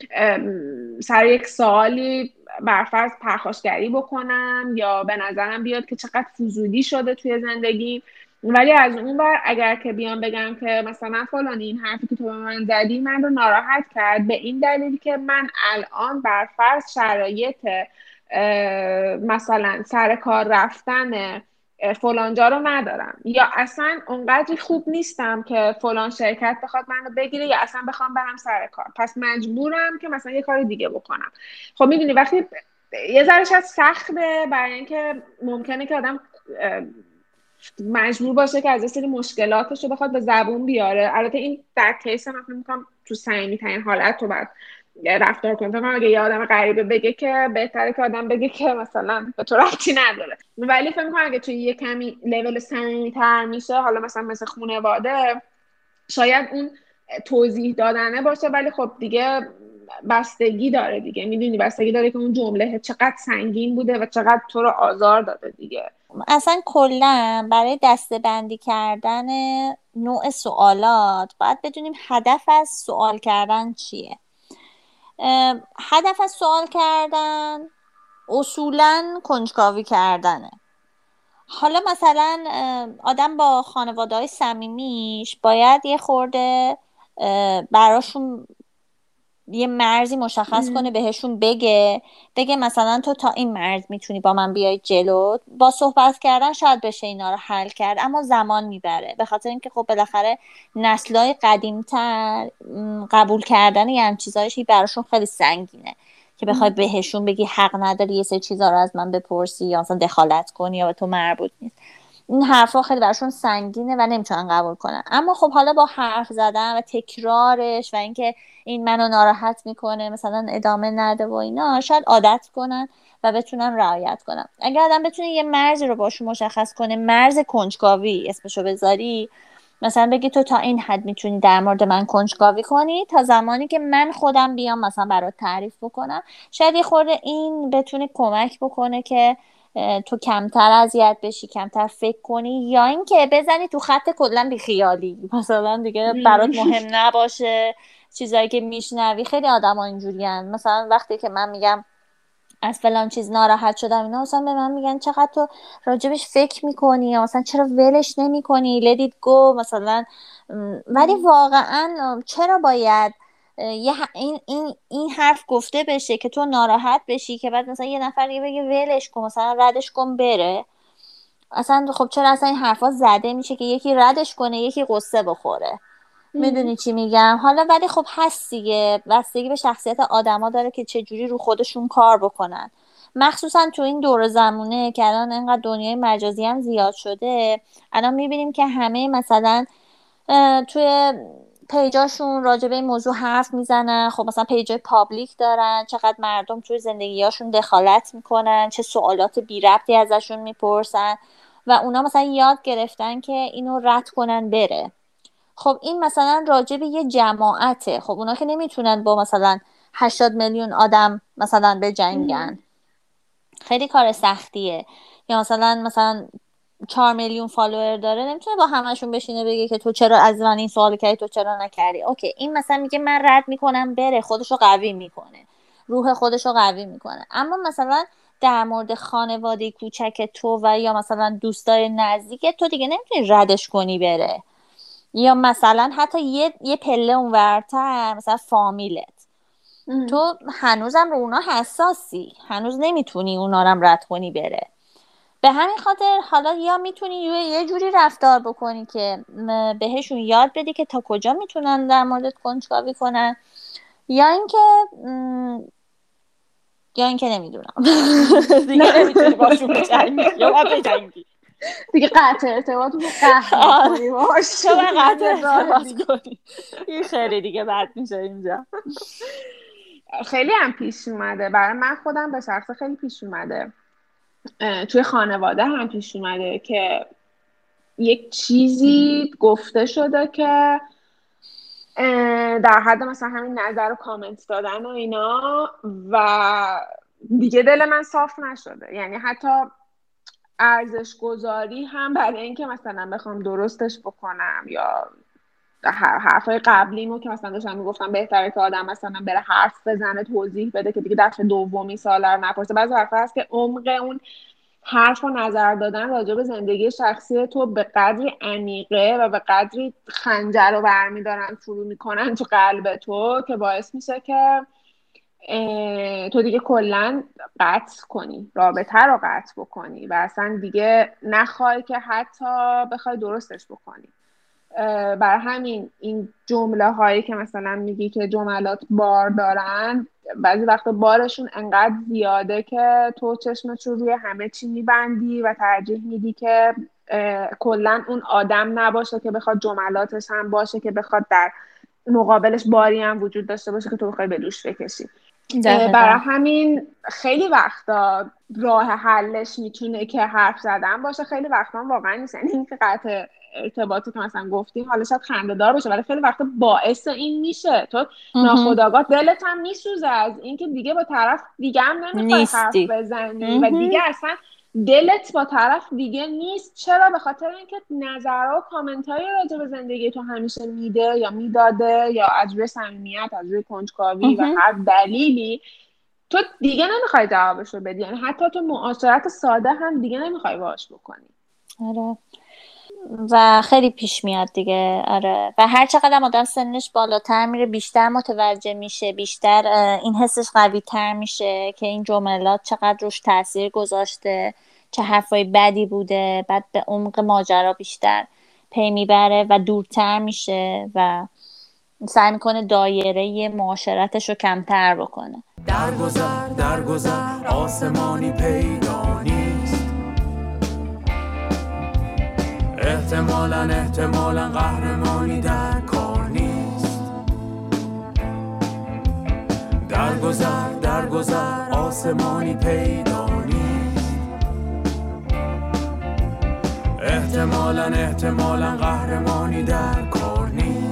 سر یک سوالی برفرض پرخاشگری بکنم یا به نظرم بیاد که چقدر فضولی شده توی زندگی، ولی از اون بر اگر که بیام بگم که مثلا فلانی این حرفی که تو به من زدی من رو ناراحت کرد به این دلیل که من الان برفرض شرایط مثلا سر کار رفتن فلانجا رو ندارم، یا اصلا اونقدر خوب نیستم که فلان شرکت بخواد منو بگیره، یا اصلا بخوام برم سر کار، پس مجبورم که مثلا یه کار دیگه بکنم. خب میدونی وقتی یه ذره شاید سخته برای اینکه ممکنه که آدم مجبور باشه که از یه سری مشکلاتش رو بخواد به زبون بیاره. البته این در کیس من فکر می‌کنم تو صمیمی ترین حالت رو بعد رفتار کنم. فکر اگه یه آدم غریبه بگه که بهتره که آدم بگه که مثلا به تو ربطی نداره، ولی فکر می‌کنم اگه توی یه کمی لول صمیمی‌تر میشه، حالا مثلا مثل خانواده، شاید اون توضیح دادنه باشه، ولی خب دیگه بستگی داره دیگه. میدونی بستگی داره که اون جمله چقدر سنگین بوده و چقدر تو رو آزار داده دیگه. اصلا کلا برای دسته‌بندی کردن نوع سوالات باید بدونیم هدف از سوال کردن چیه. هدف از سوال کردن اصولاً کنجکاوی کردنه. حالا مثلا آدم با خانواده‌های صمیمیش باید یه خورده براشون یه مرزی مشخص کنه، بهشون بگه بگه مثلا تو تا این مرز میتونی با من بیای جلو. با صحبت کردن شاید بشه اینا رو حل کرد، اما زمان میبره، به خاطر اینکه خب بالاخره نسل‌های قدیم‌تر قبول کردن یه هم چیزایشی براشون خیلی سنگینه که بخوای بهشون بگی حق نداری یه سری چیزا رو از من بپرسی یا مثلا دخالت کنی یا به تو مربوط نیست. این حرفا خیلی براشون سنگینه و نمیتونن قبول کنن. اما خب حالا با حرف زدن و تکرارش و اینکه این منو ناراحت میکنه مثلا ادامه نده و اینا، شاید عادت کنن و بتونن رعایت کنن. اگر آدم بتونه یه مرزی رو باشون مشخص کنه، مرز کنجکاوی اسمشو بذاری، مثلا بگی تو تا این حد میتونی در مورد من کنجکاوی کنی تا زمانی که من خودم بیام مثلا برات تعریف بکنم، شاید یه خورده این بتونه کمک بکنه که تو کمتر اذیت بشی، کمتر فکر کنی، یا اینکه بزنی تو خط کلا بیخیالی، مثلا دیگه برات مهم نباشه چیزایی که میشنوی. خیلی آدما اینجورین، مثلا وقتی که من میگم از فلان چیز ناراحت شدم اینا، مثلا به من میگن چقدر تو راجبش فکر میکنی، یا مثلا چرا ولش نمیکنی، let it go مثلا. ولی واقعا چرا باید یه این این این حرف گفته بشه که تو ناراحت بشی که بعد مثلا یه نفر دیگه بگه ولش کن مثلا ردش کن بره؟ اصلا خب چرا اصلا این حرفا زده میشه که یکی ردش کنه یکی قصه بخوره؟ میدونی چی میگم؟ حالا ولی خب هست دیگه، بستگی به شخصیت آدما داره که چه جوری رو خودشون کار بکنن، مخصوصا تو این دور زمونه که الان اینقدر دنیای مجازی هم زیاد شده. الان میبینیم که همه مثلا توی پیجاشون راجع به این موضوع حرف میزنن. خب مثلا پیجای پابلیک دارن، چقدر مردم توی زندگیاشون دخالت میکنن، چه سوالات بی ربطی ازشون میپرسن و اونا مثلا یاد گرفتن که اینو رد کنن بره. خب این مثلا راجع به یه جماعته، خب اونا که نمیتونن با مثلا هشتاد میلیون آدم مثلا به جنگن، خیلی کار سختیه. یا مثلا مثلا چهار میلیون فالوور داره، نمیتونه با همشون بشینه بگه که تو چرا از من این سوال کردی، تو چرا نکردی. اوکی، این مثلا میگه من رد میکنم بره، خودشو قوی میکنه، روح خودشو قوی میکنه. اما مثلا در مورد خانواده کوچک تو و یا مثلا دوستای نزدیک تو دیگه نمیتونی ردش کنی بره. یا مثلا حتی یه یه پله اونورتر مثلا فامیلت، تو هنوزم رو اونا حساسی، هنوز نمیتونی اونا رو رد کنی بره. به همین خاطر حالا یا میتونی یه جوری رفتار بکنی که بهشون یاد بدی که تا کجا میتونن در موردت کنجکاوی کنن، یا اینکه م... یا اینکه نمیدونم دیگه نمیتونی باشون بجنگی یا باید بجنگی دیگه قطع ارتباط رو قهر میکنی باش، تو قطع ارتباط کنی. این خیلی دیگه بد میشه اینجا. خیلی هم پیش اومده برای من خودم به شخص، خیلی پیش اومده توی خانواده هم پیش اومده که یک چیزی گفته شده که در حد مثلا همین نظر و کامنت دادن و اینا و دیگه دل من صاف نشده. یعنی حتی ارزش گذاری هم برای اینکه مثلا بخوام درستش بکنم یا حرفای قبلیمو که مثلا داشتم میگفتم بهتره که آدم مثلا بره حرف بزنه، توضیح بده که دیگه دفعه دومی سوال رو نپرسه. بعضی وقتا هست که عمق اون حرف و نظر دادن راجع به زندگی شخصی تو به قدری عمیقه و به قدری خنجر رو برمیدارن فرو میکنن تو قلب تو که باعث میشه که تو دیگه کلا قطع کنی، رابطه رو قطع بکنی و اصلا دیگه نخوای که حتی بخوای درستش بکنی. برای همین این جمله هایی که مثلا میگی که جملات بار دارن، بعضی وقتا بارشون انقدر زیاده که تو چشمت رو روی همه چی میبندی و ترجیح میدی که کلا اون آدم نباشه که بخواد جملاتش هم باشه که بخواد در مقابلش باری هم وجود داشته باشه که تو بخوای به دوش بکشی. برای همین خیلی وقتا راه حلش میتونه که حرف زدن باشه، خیلی وقتا واقعا نیست. یعنی این که قطع ارتباطی که مثلا گفتیم حالا شاید خنده‌دار باشه ولی خیلی وقتا باعث این میشه تو ناخودآگاه دلت هم میسوزه از اینکه دیگه با طرف دیگه هم نمیخوای حرف بزنی و دیگه اصلا دلت با طرف دیگه نیست. چرا؟ به خاطر اینکه نظرها و کامنت‌های راجع به زندگی تو همیشه میده یا میداده یا از روی صمیمیت، از روی کنجکاوی و هر دلیلی تو دیگه نمیخوای جوابشو بدی. یعنی حتی تو معاشرت ساده هم دیگه نمیخوای باهاش بکنی. آره و خیلی پیش میاد دیگه. آره و هر چقدر آدم سنش بالاتر میره بیشتر متوجه میشه، بیشتر این حسش قوی تر میشه که این جملات چقدر روش تاثیر گذاشته، چه حرفای بدی بوده. بعد به عمق ماجرا بیشتر پی میبره و دورتر میشه و سعی میکنه دایره معاشرتش رو کمتر بکنه. درگذر درگذر آسمانی پیدا نیست، احتمالاً احتمالاً قهرمانی در کار نیست. درگذر درگذر آسمانی پیدا نیست، احتمالاً احتمالاً قهرمانی در کار نیست.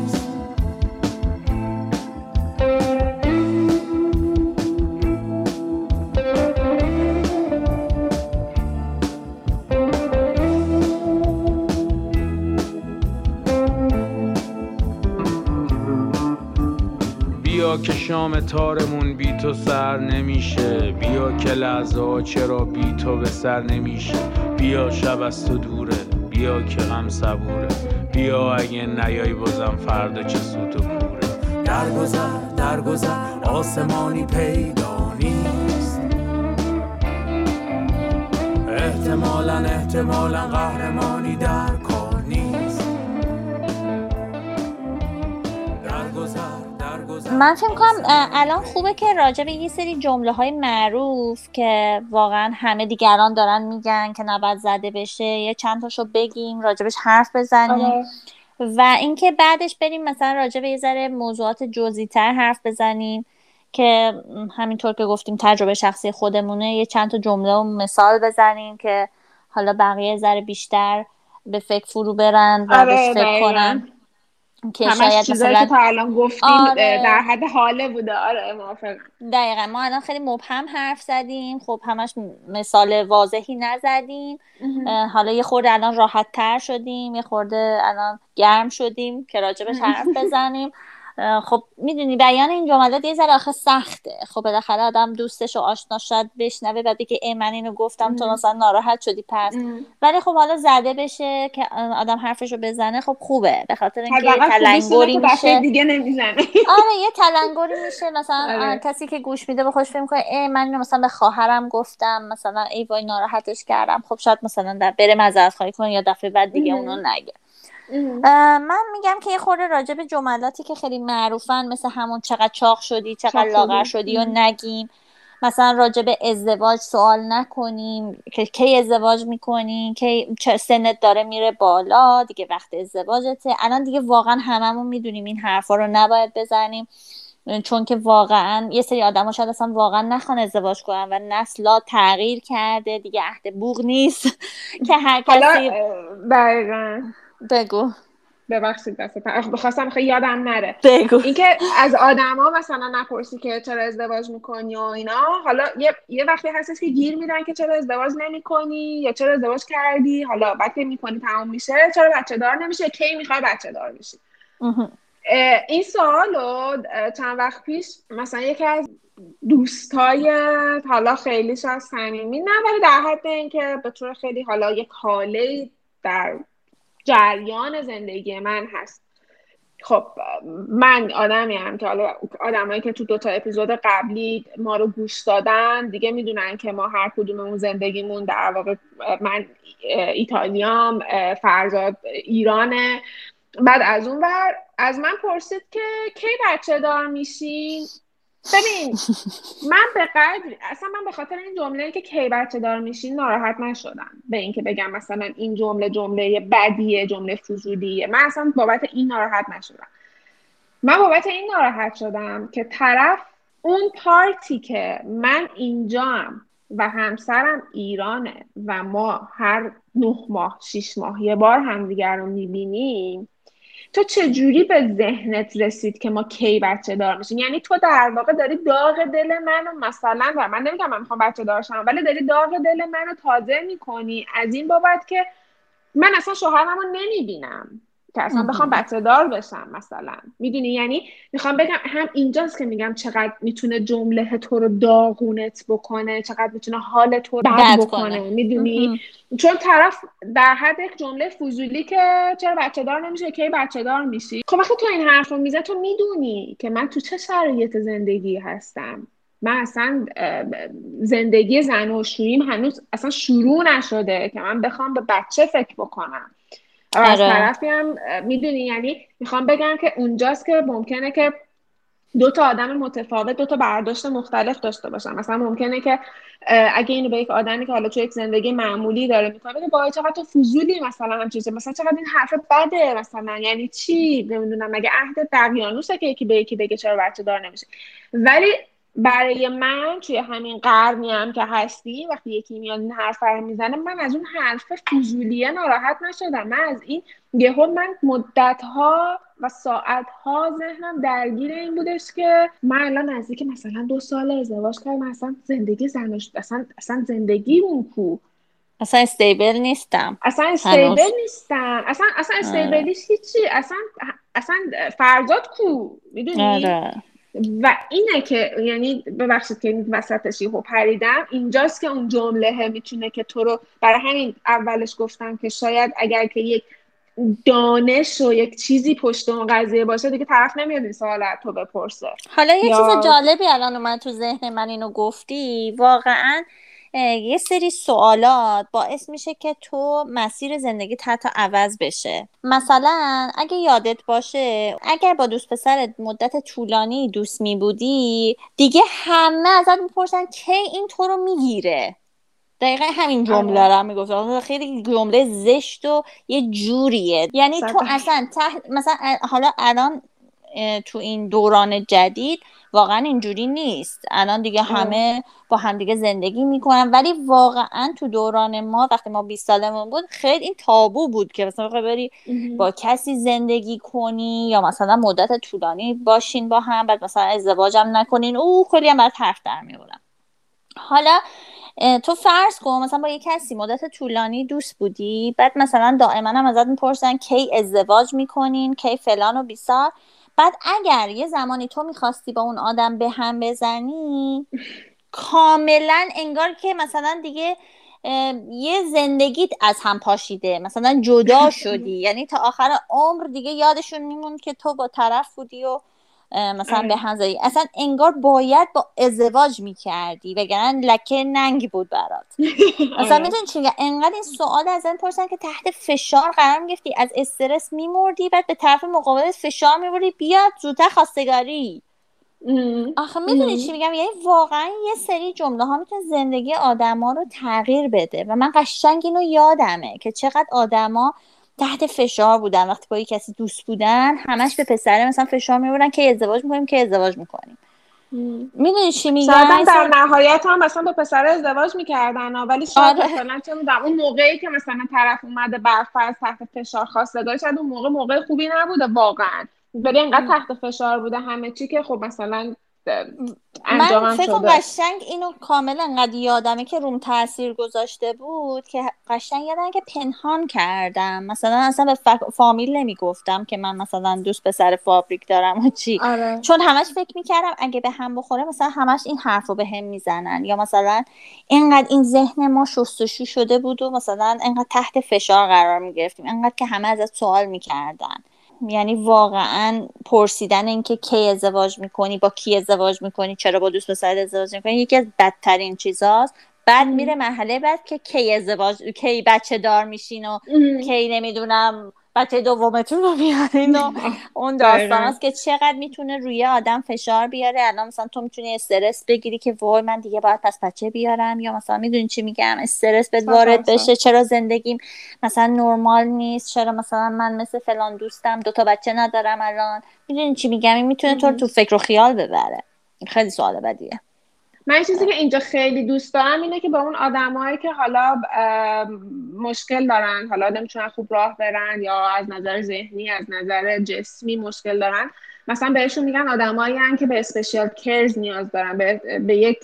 بیا که شام تارمون بی تو سر نمیشه، بیا که لحظه ها چرا بی تو به سر نمیشه. بیا شب از تو دوره، بیا که غم صبوره، بیا اگه نیای بازم فردا چه سوت و کوره. درگذر درگذر آسمانی پیدا نیست، احتمالاً احتمالاً قهرمانی در کار نیست. درگذر من فکر کنم الان خوبه که راجع به یه سری جمله های معروف که واقعا همه دیگران دارن میگن که نباید زده بشه یه چند تاشو بگیم، راجبش حرف بزنیم. آره. و اینکه بعدش بریم مثلا راجع به یه ذره موضوعات جزئی تر حرف بزنیم که همینطور که گفتیم تجربه شخصی خودمونه، یه چند تا جمله و مثال بزنیم که حالا بقیه ذره بیشتر به فکر فرو برن و آره بهش فکر کنن که همش چیزایی که تا الان گفتیم آره. در حد حاله بوده. آره موافقم. دقیقا ما الان خیلی مبهم حرف زدیم، خب همش مثال واضحی نزدیم. حالا یه خورده الان راحت تر شدیم، یه خورده الان گرم شدیم که راجبش حرف بزنیم. خب میدونی بیان این جملات یه ذره آخه سخته. خب بالاخره آدم دوستش و آشنا شاید بشنوه بعد بگه ای من اینو گفتم تو مثلا ناراحت شدی پس، ولی خب حالا زده بشه که آدم حرفشو بزنه خب خوبه، به خاطر اینکه یه تلنگری میشه دیگه نمیزنه. آره یه تلنگری میشه مثلا آره. کسی که گوش میده به خودش فکر میکنه ای من اینو مثلا به خواهرم گفتم مثلا ای وای ناراحتش کردم، خب شاید مثلا در بره معذرت خواهی کنه یا دفعه بعد دیگه اونو نگه. من میگم که یه خورده راجع به جملاتی که خیلی معروفن مثل همون چقدر چاق شدی چقدر لاغر شدی و نگیم. مثلا راجع به ازدواج سوال نکنیم که کی ازدواج میکنی، کی سنت داره میره بالا دیگه وقت ازدواجته. الان دیگه واقعا هممون میدونیم این حرفا رو نباید بزنیم، چون که واقعا یه سری آدما شاید اصلا واقعا نخوان ازدواج کنن و نسلا تغییر کرده دیگه، عهد بوق نیست که هر کسی دقیقاً. بگو ببخشید دست بخواستم خیلی یادم نره بگو. اینکه از آدما مثلا نپرسی که چرا ازدواج میکنی و اینا. حالا یه یه وقتی هستش که گیر میدن که چرا ازدواج نمیکنی یا چرا ازدواج کردی، حالا بعد که میکنی تمام میشه چرا بچه دار نمیشه، کی میخوای بچه دار بشی. این سوالو چند وقت پیش مثلا یکی از دوستای حالا خیلیش از صمیمی نه ولی در حد اینکه به طور خیلی حالا یک حاله در جریان زندگی من هست. خب من آدمی هم که حالا آدمایی که تو دوتا اپیزود قبلی ما رو گوش دادن دیگه میدونن که ما هر کدوممون زندگیمون در واقع من ایتالیام، فرزاد ایرانه. بعد از اون ور از من پرسید که کی بچه دار میشین. ببین من به قدری اصلا من به خاطر این جمله که کی بچه دار میشین ناراحت نشدم به این که بگم مثلا این جمله جمله بدیه، جمله فضولیه. من اصلا بابت این ناراحت نشدم. من بابت این ناراحت شدم که طرف اون پارتی که من اینجام و همسرم ایرانه و ما هر نه ماه شیش ماه یه بار همدیگر رو میبینیم، تو چجوری به ذهنت رسید که ما کی بچه دار میشیم؟ یعنی تو در واقع داری داغ دل منو مثلا و من نمیگم من میخوام بچه دار شم ولی داری داغ دل منو تازه میکنی از این بابت که من اصلا شوهرمو نمیبینم که اصلا بخوام بچه دار بشم مثلا. میدونی یعنی میخوام بگم هم اینجاست که میگم چقدر میتونه جمله تو رو داغونت بکنه، چقدر میتونه حال تو رو بد بکنه. میدونی چون طرف در حد یک جمله فضولی که چرا بچه دار نمیشه کی بچه دار میشی. خب وقتی تو این حرف رو میزنی تو میدونی که من تو چه شرایط زندگی هستم. من اصلا زندگی زن و شوییم هنوز اصلا شروع نشده که من بخوام به بچه فکر بکنم. و از طرفی هم میدونی یعنی میخوام بگم که اونجاست که ممکنه که دو تا آدم متفاوت دو تا برداشت مختلف داشته باشن. مثلا ممکنه که اگه اینو به یک آدمی که حالا تو یک زندگی معمولی داره میکنه بگه وای چقدر تو فضولی مثلا هم چیزه، مثلا چقدر این حرف بده، مثلا یعنی چی نمیدونم مگه عهد دقیانوسه که یکی به یکی بگه چرا بچه دار نمیشه. ولی برای من توی همین قرنی هم که هستی وقتی یکی میاد این حرف رو میزنه من از اون حرف فضولیه ناراحت نشدم. من از این یهو من مدت‌ها و ساعت‌ها ذهنم درگیر این بودش که من الان نزدیک مثلا دو سال ازدواج کردم، اصلا زندگی زنش اصلا اصلا زندگی اون کو اصلا استیبل نیستم اصلا استیبل نیستم اصلا اصلا استیبلیش هیچی اصلا اصلا فرزاد کو میدونی. آره. و اینه که یعنی ببخشید که این وسطش یهو پریدم اینجاست که اون جمله میتونه که تو رو برای همین اولش گفتم که شاید اگر که یک دانش و یک چیزی پشت اون قضیه باشه دیگه طرف نمیاد این سوال تو بپرسه. حالا یه یا... چیز جالبی الان اومد تو ذهن من اینو گفتی، واقعا یه سری سوالات باعث میشه که تو مسیر زندگی حتی عوض بشه. مثلا اگه یادت باشه اگر با دوست پسرت مدت طولانی دوست میبودی دیگه همه ازت میپرسن کی این تو رو میگیره، دقیقا همین جمله رو میگفتم، خیلی جمله زشت و یه جوریه. یعنی تو اصلا تحت مثلا حالا الان تو این دوران جدید واقعا اینجوری نیست، الان دیگه همه با همدیگه زندگی میکنن، ولی واقعا تو دوران ما وقتی ما بیست سالمون بود خیلی این تابو بود که مثلا بخوای بری با کسی زندگی کنی یا مثلا مدت طولانی باشین با هم، بعد مثلا ازدواج هم نکنین، او کلی هم بعد حرف در میارن. حالا تو فرض کن مثلا با یه کسی مدت طولانی دوست بودی، بعد مثلا دائما هم ازت میپرسن کی ازدواج میکنین، کی فلان و بیسار، بعد اگر یه زمانی تو میخواستی با اون آدم به هم بزنی کاملا انگار که مثلا دیگه یه زندگیت از هم پاشیده، مثلا جدا شدی، یعنی تا آخر عمر دیگه یادشون میموند که تو با طرف بودی و مثلا به هم زدی، اصلا انگار باید با ازدواج میکردی وگرنه لکه ننگی بود برات. مثلا میدونی چی میگم، انقدر این سوال از این پرسن که تحت فشار قرار میگرفتی، از استرس میمردی، بعد به طرف مقابل فشار میبردی بیاد زودتر خواستگاری. آخه میدونی چی میگم، یعنی واقعا یه سری جمله ها میتونه زندگی آدما رو تغییر بده و من قشنگ اینو یادمه که چقدر آدما تحت فشار بودن وقتی با یه کسی دوست بودن، همش به پسره مثلا فشار میبردن که ازدواج میکنیم که ازدواج میکنیم. میدونی چی میگم، شاید در نهایت هم مثلا با پسر ازدواج میکردن ولی شاید آره. مثلا چه میدونم اون موقعی که مثلا طرف اومده برفرض تحت فشار خواستگاری، شاید اون موقع موقع خوبی نبوده واقعا، ولی اینقدر تحت فشار بوده همه چی که خب مثلا من فکر کنم قشنگ اینو کاملا انقدر یادمه که روم تاثیر گذاشته بود که قشنگ یادمه که پنهان کردم، مثلا اصلا به فک... فامیل نمیگفتم که من مثلا دوست پسر فابریک دارم و چی آره. چون همش فکر میکردم اگه به هم بخوره مثلا همش این حرف رو به هم میزنن، یا مثلا اینقدر این ذهن ما شستشو شده بود و مثلا اینقدر تحت فشار قرار میگرفتیم، اینقدر که همه ازت سوال میکردن. یعنی واقعا پرسیدن این که کی ازدواج میکنی، با کی ازدواج میکنی، چرا با دوست پسر ازدواج میکنی، یکی از بدترین چیزاست. بعد ام. میره مرحله بعد که کی ازدواج، کی بچه دار میشین و ام. کی نمیدونم بچه دومتون رو بیارین و اون داستان است که چقدر میتونه روی آدم فشار بیاره. الان مثلا تو میتونی استرس بگیری که وای من دیگه باید پس بچه بیارم، یا مثلا میدونی چی میگم، استرس بهت وارد بشه چرا زندگیم مثلا نرمال نیست، چرا مثلا من مثل فلان دوستم دوتا بچه ندارم الان، میدونی چی میگم، این میتونه تو تو فکر و خیال ببره. خیلی سوال بدیه. من چیزی که اینجا خیلی دوست دارم اینه که با اون آدمایی که حالا مشکل دارن، حالا نمیتونن خوب راه برن یا از نظر ذهنی از نظر جسمی مشکل دارن، مثلا بهشون میگن آدمایی هستن که به اسپشیال کیرز نیاز دارن، به, به یک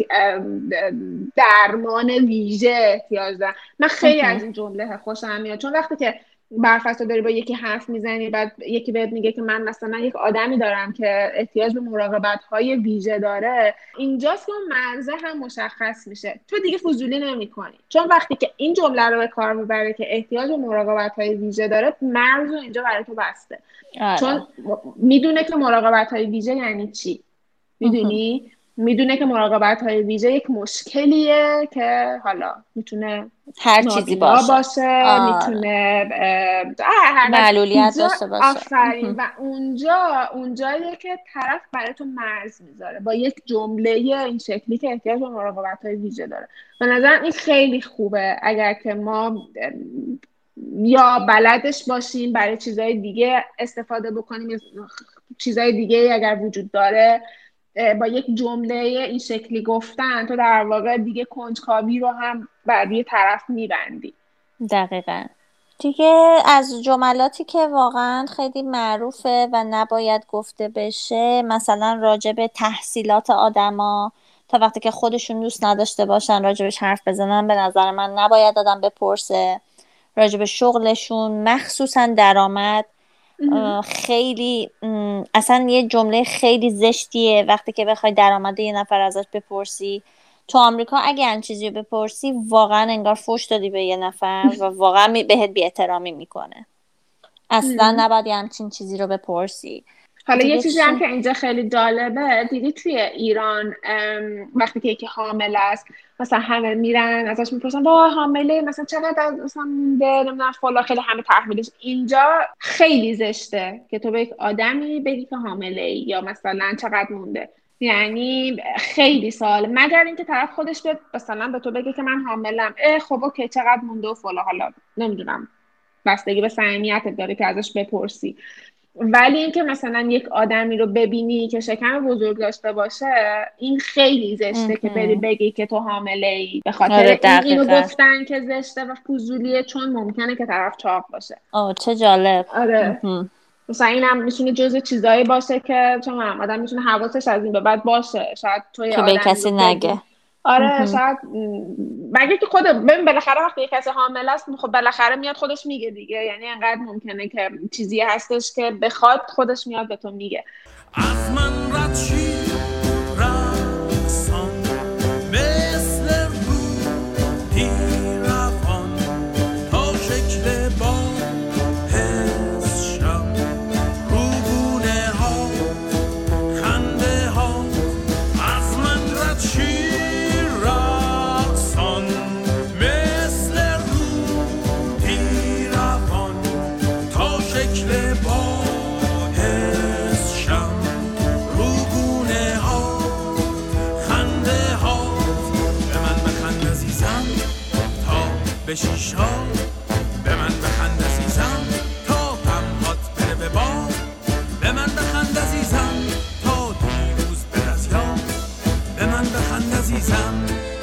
درمان ویژه احتیاج دارن. من خیلی از این جمله خوشم میاد، چون وقتی که برفرض داری با یکی حرف میزنی بعد یکی بهت میگه که من مثلا یک آدمی دارم که احتیاج به مراقبت‌های ویژه داره، اینجاست که اون مرزه هم مشخص میشه، تو دیگه فضولی نمی‌کنی، چون وقتی که این جمله رو به کار میبره که احتیاج به مراقبت‌های ویژه داره، مرز رو اینجا برای تو بسته. آره. چون میدونه که مراقبت‌های ویژه یعنی چی، میدونی؟ میدونه که مراقبت‌های ویژه یک مشکلیه که حالا میتونه هر چیزی باشه, باشه. میتونه هر معلولیت داشته باشه. آفرین. و اونجا اونجاییه که طرف برای تو مرز میذاره با یک جمله این شکلی که احتیاج به مراقبت‌های ویژه داره. به نظرم این خیلی خوبه اگر که ما یا بلدش باشیم برای چیزای دیگه استفاده بکنیم، چیزای دیگه اگر وجود داره با یک جمله این شکلی گفتن تو در واقع دیگه کنجکاوی رو هم بر روی طرف میبندی. دقیقاً. دیگه از جملاتی که واقعا خیلی معروفه و نباید گفته بشه، مثلا راجع به تحصیلات آدما، تا وقتی که خودشون دوست نداشته باشن راجبش حرف بزنن به نظر من نباید آدم بپرسه. راجع به شغلشون مخصوصا درآمد، خیلی اصلا یه جمله خیلی زشتیه وقتی که بخوای درآمد یه نفر ازش بپرسی. تو آمریکا اگه این چیزی بپرسی واقعا انگار فوش دادی به یه نفر و واقعا بهت بی احترامی میکنه. اصلا نباید یه همچین چیزی رو بپرسی. حالا یه چیزی هم که اینجا خیلی جالبه، دیدی توی ایران وقتی که یکی حامل است مثلا همه میرن ازش میپرسن وای حامله مثلا چقدر مثلا مونده، نمیدونم فلان، خیلی همه تحویلش. اینجا خیلی زشته که تو به یک آدمی بگی که حامله ای یا مثلا چقدر مونده. یعنی خیلی سال، مگر اینکه طرف خودش به مثلا به تو بگه که من حاملم، اه خب اوکی چقدر مونده و فلان، حالا نمیدونم بستگی به صمیمیتت داره که ازش بپرسی. ولی اینکه مثلا یک آدمی رو ببینی که شکم بزرگ داشته باشه، این خیلی زشته که بری بگی که تو حامله ای، به خاطر آره این اینو دقیقاً. گفتن که زشته و فضولیه، چون ممکنه که طرف چاق باشه. آه چه جالب. آره مهم. مثلا اینم میتونه جزء چیزایی باشه که چون هم آدم میتونه حواسش از این به بعد باشه، شاید تو یه که به آدمی کسی رو نگه. ببین. آره مهم. شاید م، مگه که خود ببین بالاخره وقتی یه کسی حامله است خب بالاخره میاد خودش میگه دیگه، یعنی انقدر ممکنه که چیزی هستش که بخواد خودش میاد به تو میگه. از من رد شی رقصان مثل روحی روان تا شکل با حس شم روبونه ها خنده ها. از من رد شی رقصان مثل روحی روان تا شکل با به شیشا به من بخند عزیزم تا غمهات بره به باد، به من بخند عزیزم تا دیروز به دریا، به من بخند عزیزم.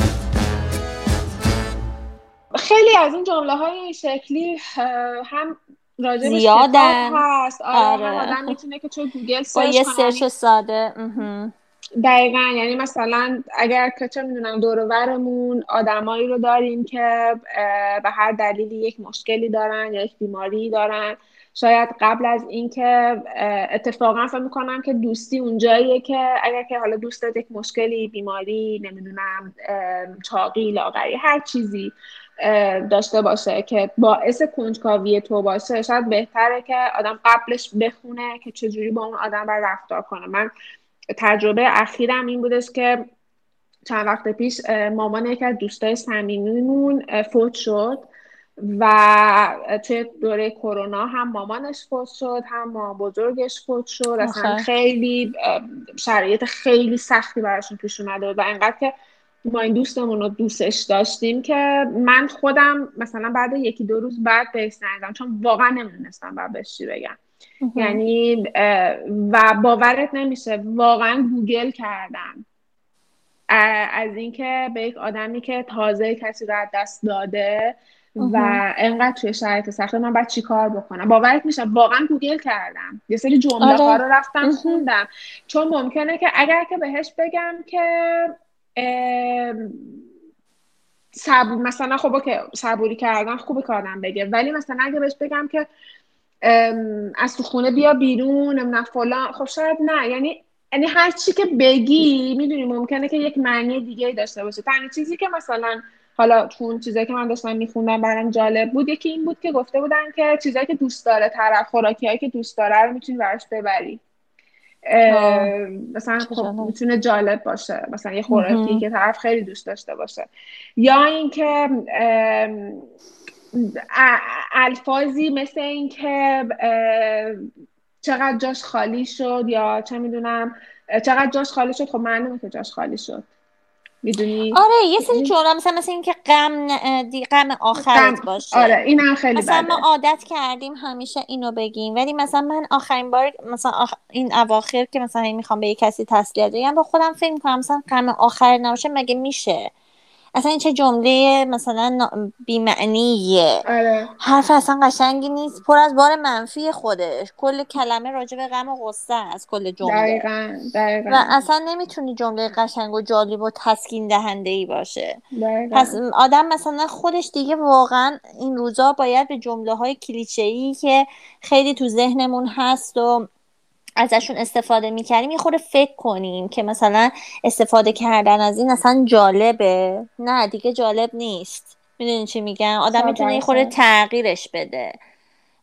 خیلی از این جمله های این شکلی هم راجبش زیادن. کتاب هست. آره, آره. هم آدم میتونه که چون گوگل با سرچ یه کنه. سرچ ساده. مهم. دقیقا، یعنی مثلا اگر که چه میدونم دور و برمون آدمایی رو داریم که به هر دلیلی یک مشکلی دارن یا یک بیماری دارن، شاید قبل از اینکه اتفاقا فکر میکنم که دوستی اونجاییه که اگر که حالا دوستت یک مشکلی، بیماری، نمیدونم چاقی، لاغری، هر چیزی داشته باشه که باعث کنجکاوی تو باشه، شاید بهتره که آدم قبلش بخونه که چجوری با اون آدم باید رفتار کنه. من تجربه اخیرم این بودش که چند وقت پیش مامان یکی از دوستای صمیمیمون فوت شد و توی دوره کرونا هم مامانش فوت شد هم ما بزرگش فوت شد. اصلا خیلی شرایط خیلی سختی براشون پیش اومده و انقدر که ما این دوستمون رو دوستش داشتیم که من خودم مثلا بعد یکی دو روز بعد بهش زنگ زدم چون واقعا نمیدونستم بعد بهش چی بگم. یعنی و باورت نمیشه واقعا گوگل کردم از اینکه به یک آدمی که تازه کسی رو از دست داده و انقدر توی شرایط سخته من باید چی کار بکنم. باورت میشه واقعا گوگل کردم، یه سری جمله ها رو رفتم خوندم، چون ممکنه که اگر که بهش بگم که صبور مثلا خب اوکی صبوری کردن خوبه که آدم بگه، ولی مثلا اگه بهش بگم که از تو خونه بیا بیرون نمیدونم فلان، خب شاید نه. یعنی یعنی هر چی که بگی میدونی ممکنه که یک معنی دیگه داشته باشه. تنها چیزی که مثلا حالا چون چیزایی که من داشتم میخوندم برام جالب بود یکی این بود که گفته بودن که چیزایی که دوست داره طرف، خوراکیایی که دوست داره رو میتونی براش ببری. مثلا خب میتونه جالب باشه مثلا یه خوراکی که طرف خیلی دوست داشته باشه، یا اینکه الفاظی مثل این که چقدر جاش خالی شد یا چه میدونم چقدر جاش خالی شد، خب معلومه که جاش خالی شد، میدونی؟ آره یه سری جمله مثلا مثل این که غم دی غم آخرت باشه. آره این هم خیلی مثلا بده. ما عادت کردیم همیشه اینو بگیم، ولی مثلا من آخرین بار مثلا آخ... این اواخر که مثلا میخوام به یه کسی تسلیت بگم با خودم فکر میکنم مثلا غم آخر نباشه مگه میشه؟ اصلا این چه جمله مثلا بی‌معنیه. آره. حرف اصلا قشنگی نیست، پر از بار منفی خودش، کل کلمه راجع به غم و غصه است کل جمله. دقیقاً دقیقاً. و اصلا نمیتونی جمله قشنگ و جالب و تسکین دهنده ای باشه. دقیقاً. پس آدم مثلا خودش دیگه واقعا این روزا باید به جمله های کلیشه ای که خیلی تو ذهنمون هست و ازشون استفاده میکنیم یه خورده فکر کنیم که مثلا استفاده کردن از این اصلا جالبه، نه دیگه جالب نیست. میدونی چی میگم؟ آدم میتونه یه خورده تغییرش بده.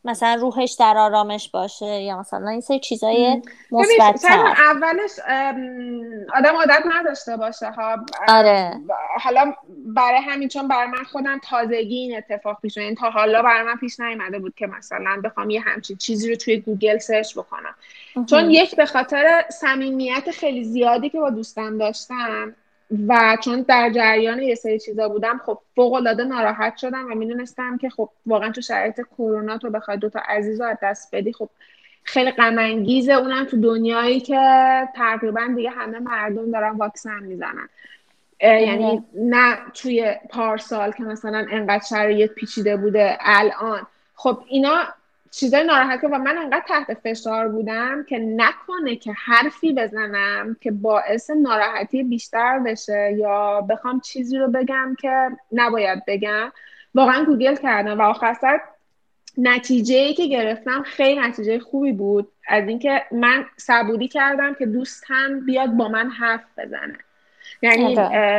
مثلا روحش در آرامش باشه یا مثلا این سری چیزای ببین شاید مثبت‌تر. اولش آدم عادت نداشته باشه ها. آره حالا برای همین، چون برای من خودم تازگی این اتفاق پیش اومد، تا حالا برای من پیش نیومده بود که مثلا بخوام یه همچین چیزی رو توی گوگل سرچ بکنم. چون یک به خاطر صمیمیت خیلی زیادی که با دوستم داشتم و چون در جریان یه سری چیزا بودم، خب فوق العاده ناراحت شدم و میدونستم که خب واقعا تو شرایط کرونا تو بخوای دوتا عزیز رو از دست بدی، خب خیلی غم انگیزه، اونم تو دنیایی که تقریبا دیگه همه مردم دارن واکسن میزنن. یعنی نه توی پارسال که مثلا انقدر شرایط پیچیده بوده، الان خب اینا چیزای ناراحته و من انقدر تحت فشار بودم که نکنه که حرفی بزنم که باعث ناراحتی بیشتر بشه یا بخوام چیزی رو بگم که نباید بگم. واقعا گوگل کردم و آخر سر نتیجه‌ای که گرفتم خیلی نتیجه خوبی بود، از اینکه من صبوری کردم که دوستم بیاد با من حرف بزنه. یعنی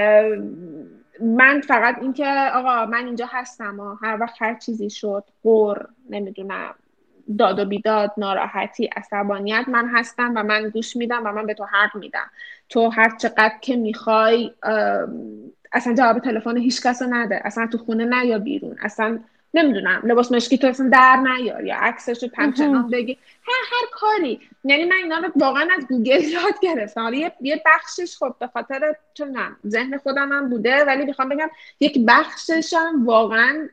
من فقط اینکه آقا من اینجا هستم و هر وقت هر چیزی شد، غر نمیدونم داد و بیداد، ناراحتی، عصبانیت، من هستم و من گوش میدم و من به تو حق میدم. تو هر چقدر که میخوای اصلا جواب تلفن هیچ کس رو نده، اصلا تو خونه نیا بیرون، اصلا نمیدونم لباس مشکی تو اصلا در نیار یا عکسش رو پمچنان بگی، هر هر کاری. یعنی من اینا رو واقعا از گوگل یاد گرفتم. حالا یه یه بخشش خب به خاطر چون ذهن خودم هم بوده، ولی میخوام بگم یک بخشش هم واقعا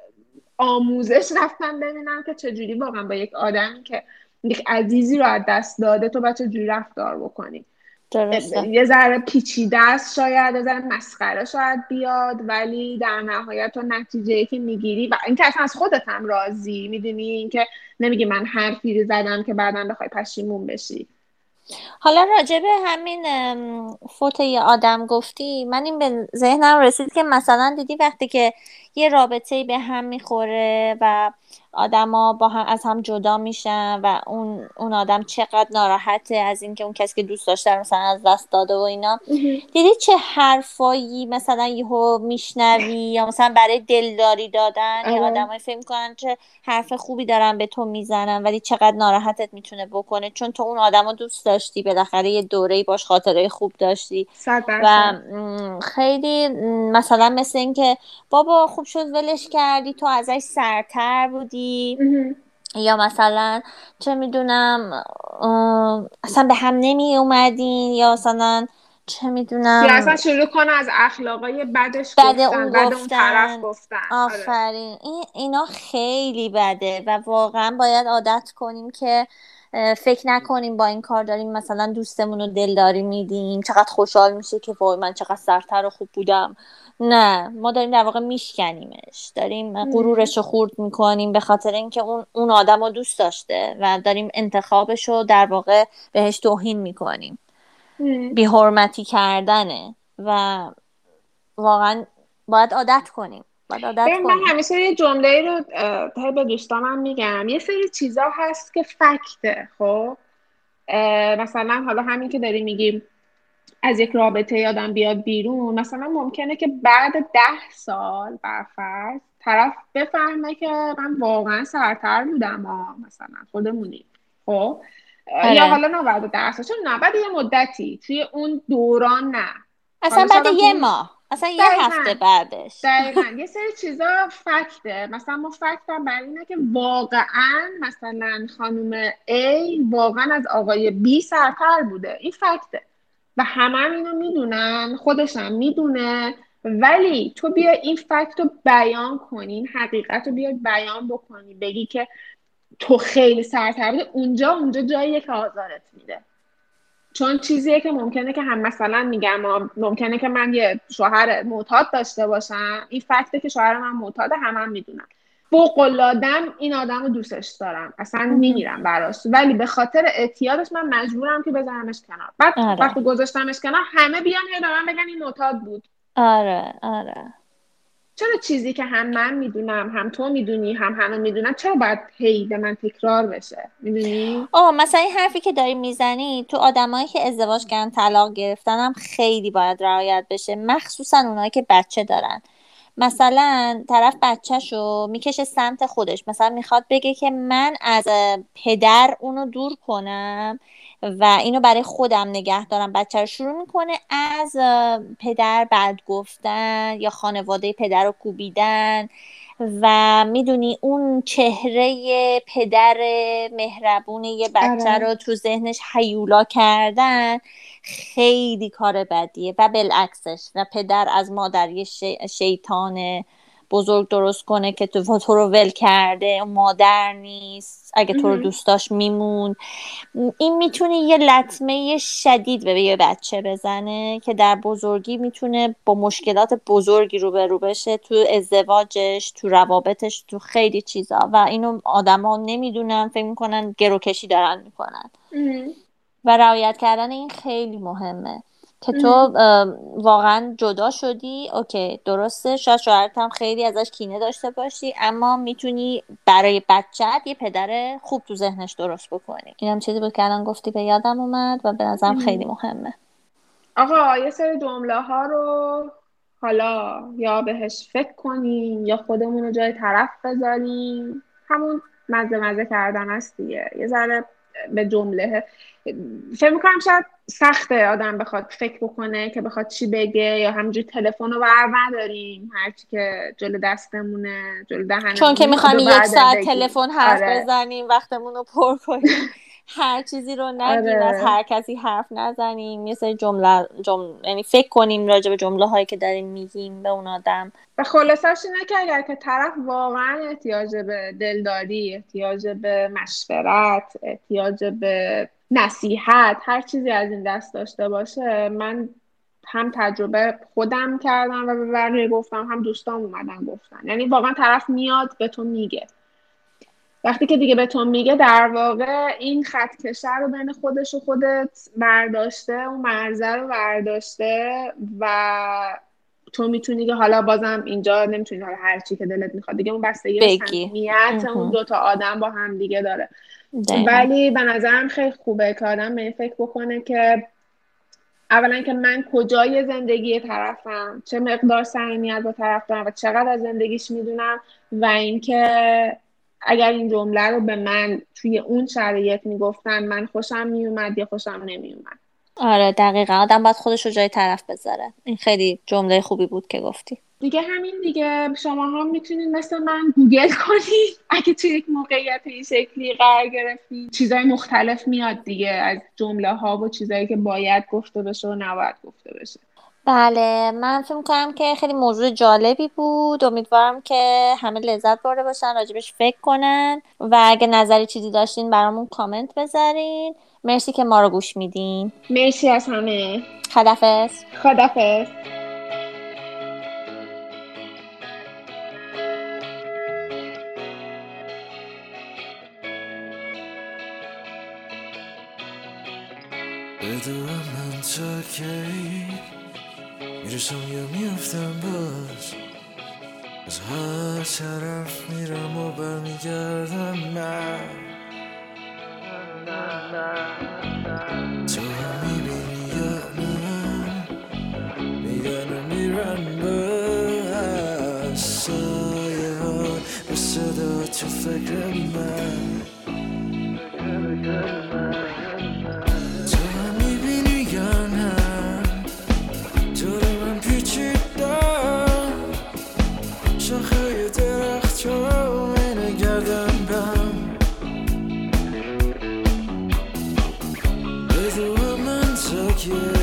آموزش رفتم ببینم که چجوری واقعا با یک آدمی که یک عزیزی رو از دست داده تو باید چجوری رفتار بکنی. درسته. یه ذره پیچیده است، شاید یه ذره مسخره شاید بیاد، ولی در نهایت تو نتیجه‌ای که میگیری و اینکه اصلا از خودت هم راضی، میدونی اینکه نمیگی من حرفی زدم که بعداً بخوای پشیمون بشی. حالا راجع به همین فوت یه آدم گفتی، من این به ذهنم رسید که مثلا دیدی وقتی که یه رابطه‌ای به هم میخوره و آدما با هم از هم جدا میشن و اون اون آدم چقدر ناراحته از اینکه اون کسی که دوست داشته مثلا از دست داده و اینا، دیدی چه حرفایی مثلا یهو میشنوی یا مثلا برای دلداری دادن یا آدمای فکر میکنن چه حرف خوبی دارن به تو میزنن ولی چقدر ناراحتت میتونه بکنه، چون تو اون آدمو دوست داشتی، بالاخره یه دوره‌ای باش خاطره خوب داشتی و خیلی مثلا مثل این که بابا خوب شد ولش کردی، تو ازش سرتر بودی یا مثلا چه میدونم اصلا به هم نمی اومدین یا مثلا چه میدونم یا اصلا شروع کنه از اخلاقای بدش بد گفتن، اون بد گفتن. اون طرف گفتن. آفرین. این اینا خیلی بده و واقعا باید عادت کنیم که فکر نکنیم با این کار داریم مثلا دوستمون رو دلداری میدیم، چقدر خوشحال میشه که وای من چقدر سرتر و خوب بودم. نه، ما داریم در واقع میشکنیمش، داریم غرورش رو خورد میکنیم به خاطر اینکه اون اون آدم رو دوست داشته و داریم انتخابش رو در واقع بهش توهین میکنیم. بی حرمتی کردنه و واقعا باید عادت کنیم. باید عادت کنیم. من همیشه یه جمله رو تا به دوستامم میگم، یه سری چیزا هست که فکته. خب مثلا حالا همین که داری میگیم از یک رابطه یادم بیاد بیرون، مثلا ممکنه که بعد ده سال برفرض طرف بفهمه که من واقعا سرتر بودم ها، مثلا خودمونی. خب یا حالا نه بعد ده سال، چون نه بعد یه مدتی توی اون دوران، نه اصلا بعد یه ماه، اصلا یه هفته بعدش. دقیقاً یه سری چیزا فکته. مثلا ما فکت هم بر اینه که واقعا مثلا خانم A واقعا از آقای B سرتر بوده، این فکته و همه هم اینو میدونن، خودشم میدونه، ولی تو بیا این فکت رو بیان کنی، این حقیقت رو بیا بیان بکنی، بگی که تو خیلی سرتر بوده، اونجا اونجا جاییه که آزارت میده. چون چیزیه که ممکنه که هم مثلا میگم ممکنه که من یه شوهر معتاد داشته باشم، این فکته که شوهر من معتاده همه هم میدونم، فوق‌العاده‌ام این آدم رو دوستش دارم، اصلا میمیرم براش، ولی به خاطر اعتیادش من مجبورم که بذارمش کنار. بعد آره. وقتی گذاشتمش کنار همه بیان هی به من بگن این معتاد بود. آره آره. چرا چیزی که هم من میدونم هم تو میدونی هم همه میدونن چرا باید هی به من تکرار بشه؟ میدونی؟ آه مثلا این حرفی که داری میزنی تو آدمایی که ازدواج کردن طلاق گرفتن هم خیلی باید رعایت بشه، مخصوصا اونایی که بچه دارن. مثلا طرف بچه‌شو میکشه سمت خودش، مثلا میخواد بگه که من از پدر اونو دور کنم و اینو برای خودم نگه دارم. بچه رو شروع میکنه از پدر بد گفتن یا خانواده پدر رو کوبیدن و میدونی اون چهره پدر مهربون یه بچه آره. رو تو ذهنش هیولا کردن خیلی کار بدیه و بالعکسش، و پدر از مادر یه شی... شیطان بزرگ درست کنه که تو, تو رو ول کرده، مادر نیست، اگه تو رو دوست داشت میمون. این میتونه یه لطمه شدید به یه بچه بزنه که در بزرگی میتونه با مشکلات بزرگی روبرو بشه، تو ازدواجش، تو روابطش، تو خیلی چیزا، و اینو آدما نمیدونن، فکر میکنن گروکشی دارن میکنن. و رعایت کردن این خیلی مهمه که تو واقعا جدا شدی، اوکی درسته، شاید شوهرت هم خیلی ازش کینه داشته باشی، اما میتونی برای بچت یه پدر خوب تو ذهنش درست بکنی. اینم چیزی بود که الان گفتی به یادم اومد و به نظرم خیلی مهمه. آقا یه سری جمله ها رو حالا یا بهش فکر کنیم یا خودمون رو جای طرف بذاریم، همون مزه مزه کردن است دیگه. یه ذره به جمله فکر میکنم شاید سخته آدم بخواد فکر بکنه که بخواد چی بگه، یا همینجوری تلفن رو بر نداریم، هرچی که جلو دستمونه جلو دهنمونه چون که میخوایم یک ساعت تلفن حرف آره. بزنیم، وقتمون رو پر کنیم، هر چیزی رو نگیم، آره. از هر کسی حرف نزنیم، یه سری جمله جمله یعنی فکر کنیم راجع به جمله هایی که داریم میگیم به اون آدم. و خلاصش اینه که اگر که طرف واقعا احتیاج به دلداری، احتیاج به مشورت، احتیاج به نصیحت، هر چیزی از این دست داشته باشه، من هم تجربه خودم کردم و به بقیه گفتم، هم دوستام اومدن گفتن، یعنی واقعا طرف میاد به تو میگه. وقتی که دیگه به تو میگه در واقع این خط کشه رو بین خودش و خودت برداشته، اون مرزه رو برداشته و تو میتونی که حالا بازم اینجا نمیتونی حالا هر چی که دلت میخواد دیگه، اون بستگی به صمیمیت اون دوتا آدم با هم دیگه داره. دایم. ولی به نظرم خیلی خوبه که آدم به این فکر بکنه که اولا که من کجای زندگی طرفم، چه مقدار صمیمیت با طرف دارم و چقدر از زندگیش میدونم، و اینکه اگر این جمله رو به من توی اون شرایط میگفتن من خوشم میومد یا خوشم نمیومد. آره دقیقا، آدم باید خودش رو جای طرف بذاره. این خیلی جمله خوبی بود که گفتی. دیگه همین دیگه، شما هم میتونید مثل من گوگل کنید اگه توی یک موقعیت این شکلی قرار گرفتید، چیزای مختلف میاد دیگه از جمله ها و چیزایی که باید گفته بشه و نباید گفته بشه. بله، من فکر می‌کنم که خیلی موضوع جالبی بود. امیدوارم که همه لذت برده باشن، راجبش فکر کنن و اگه نظری چیزی داشتین برامون کامنت بذارین. مرسی که ما رو گوش میدین. مرسی از همه. خدافظ. خدافظ. بدون من تا کی میرسم یا میافتم باز، از هر طرف میرم و برمیگردم من، تو میبینی یا نه میگن و میرن باز، سایه ها به صدا تو فکر من، شاخه درخت رو نگردم بم، بدون من تا که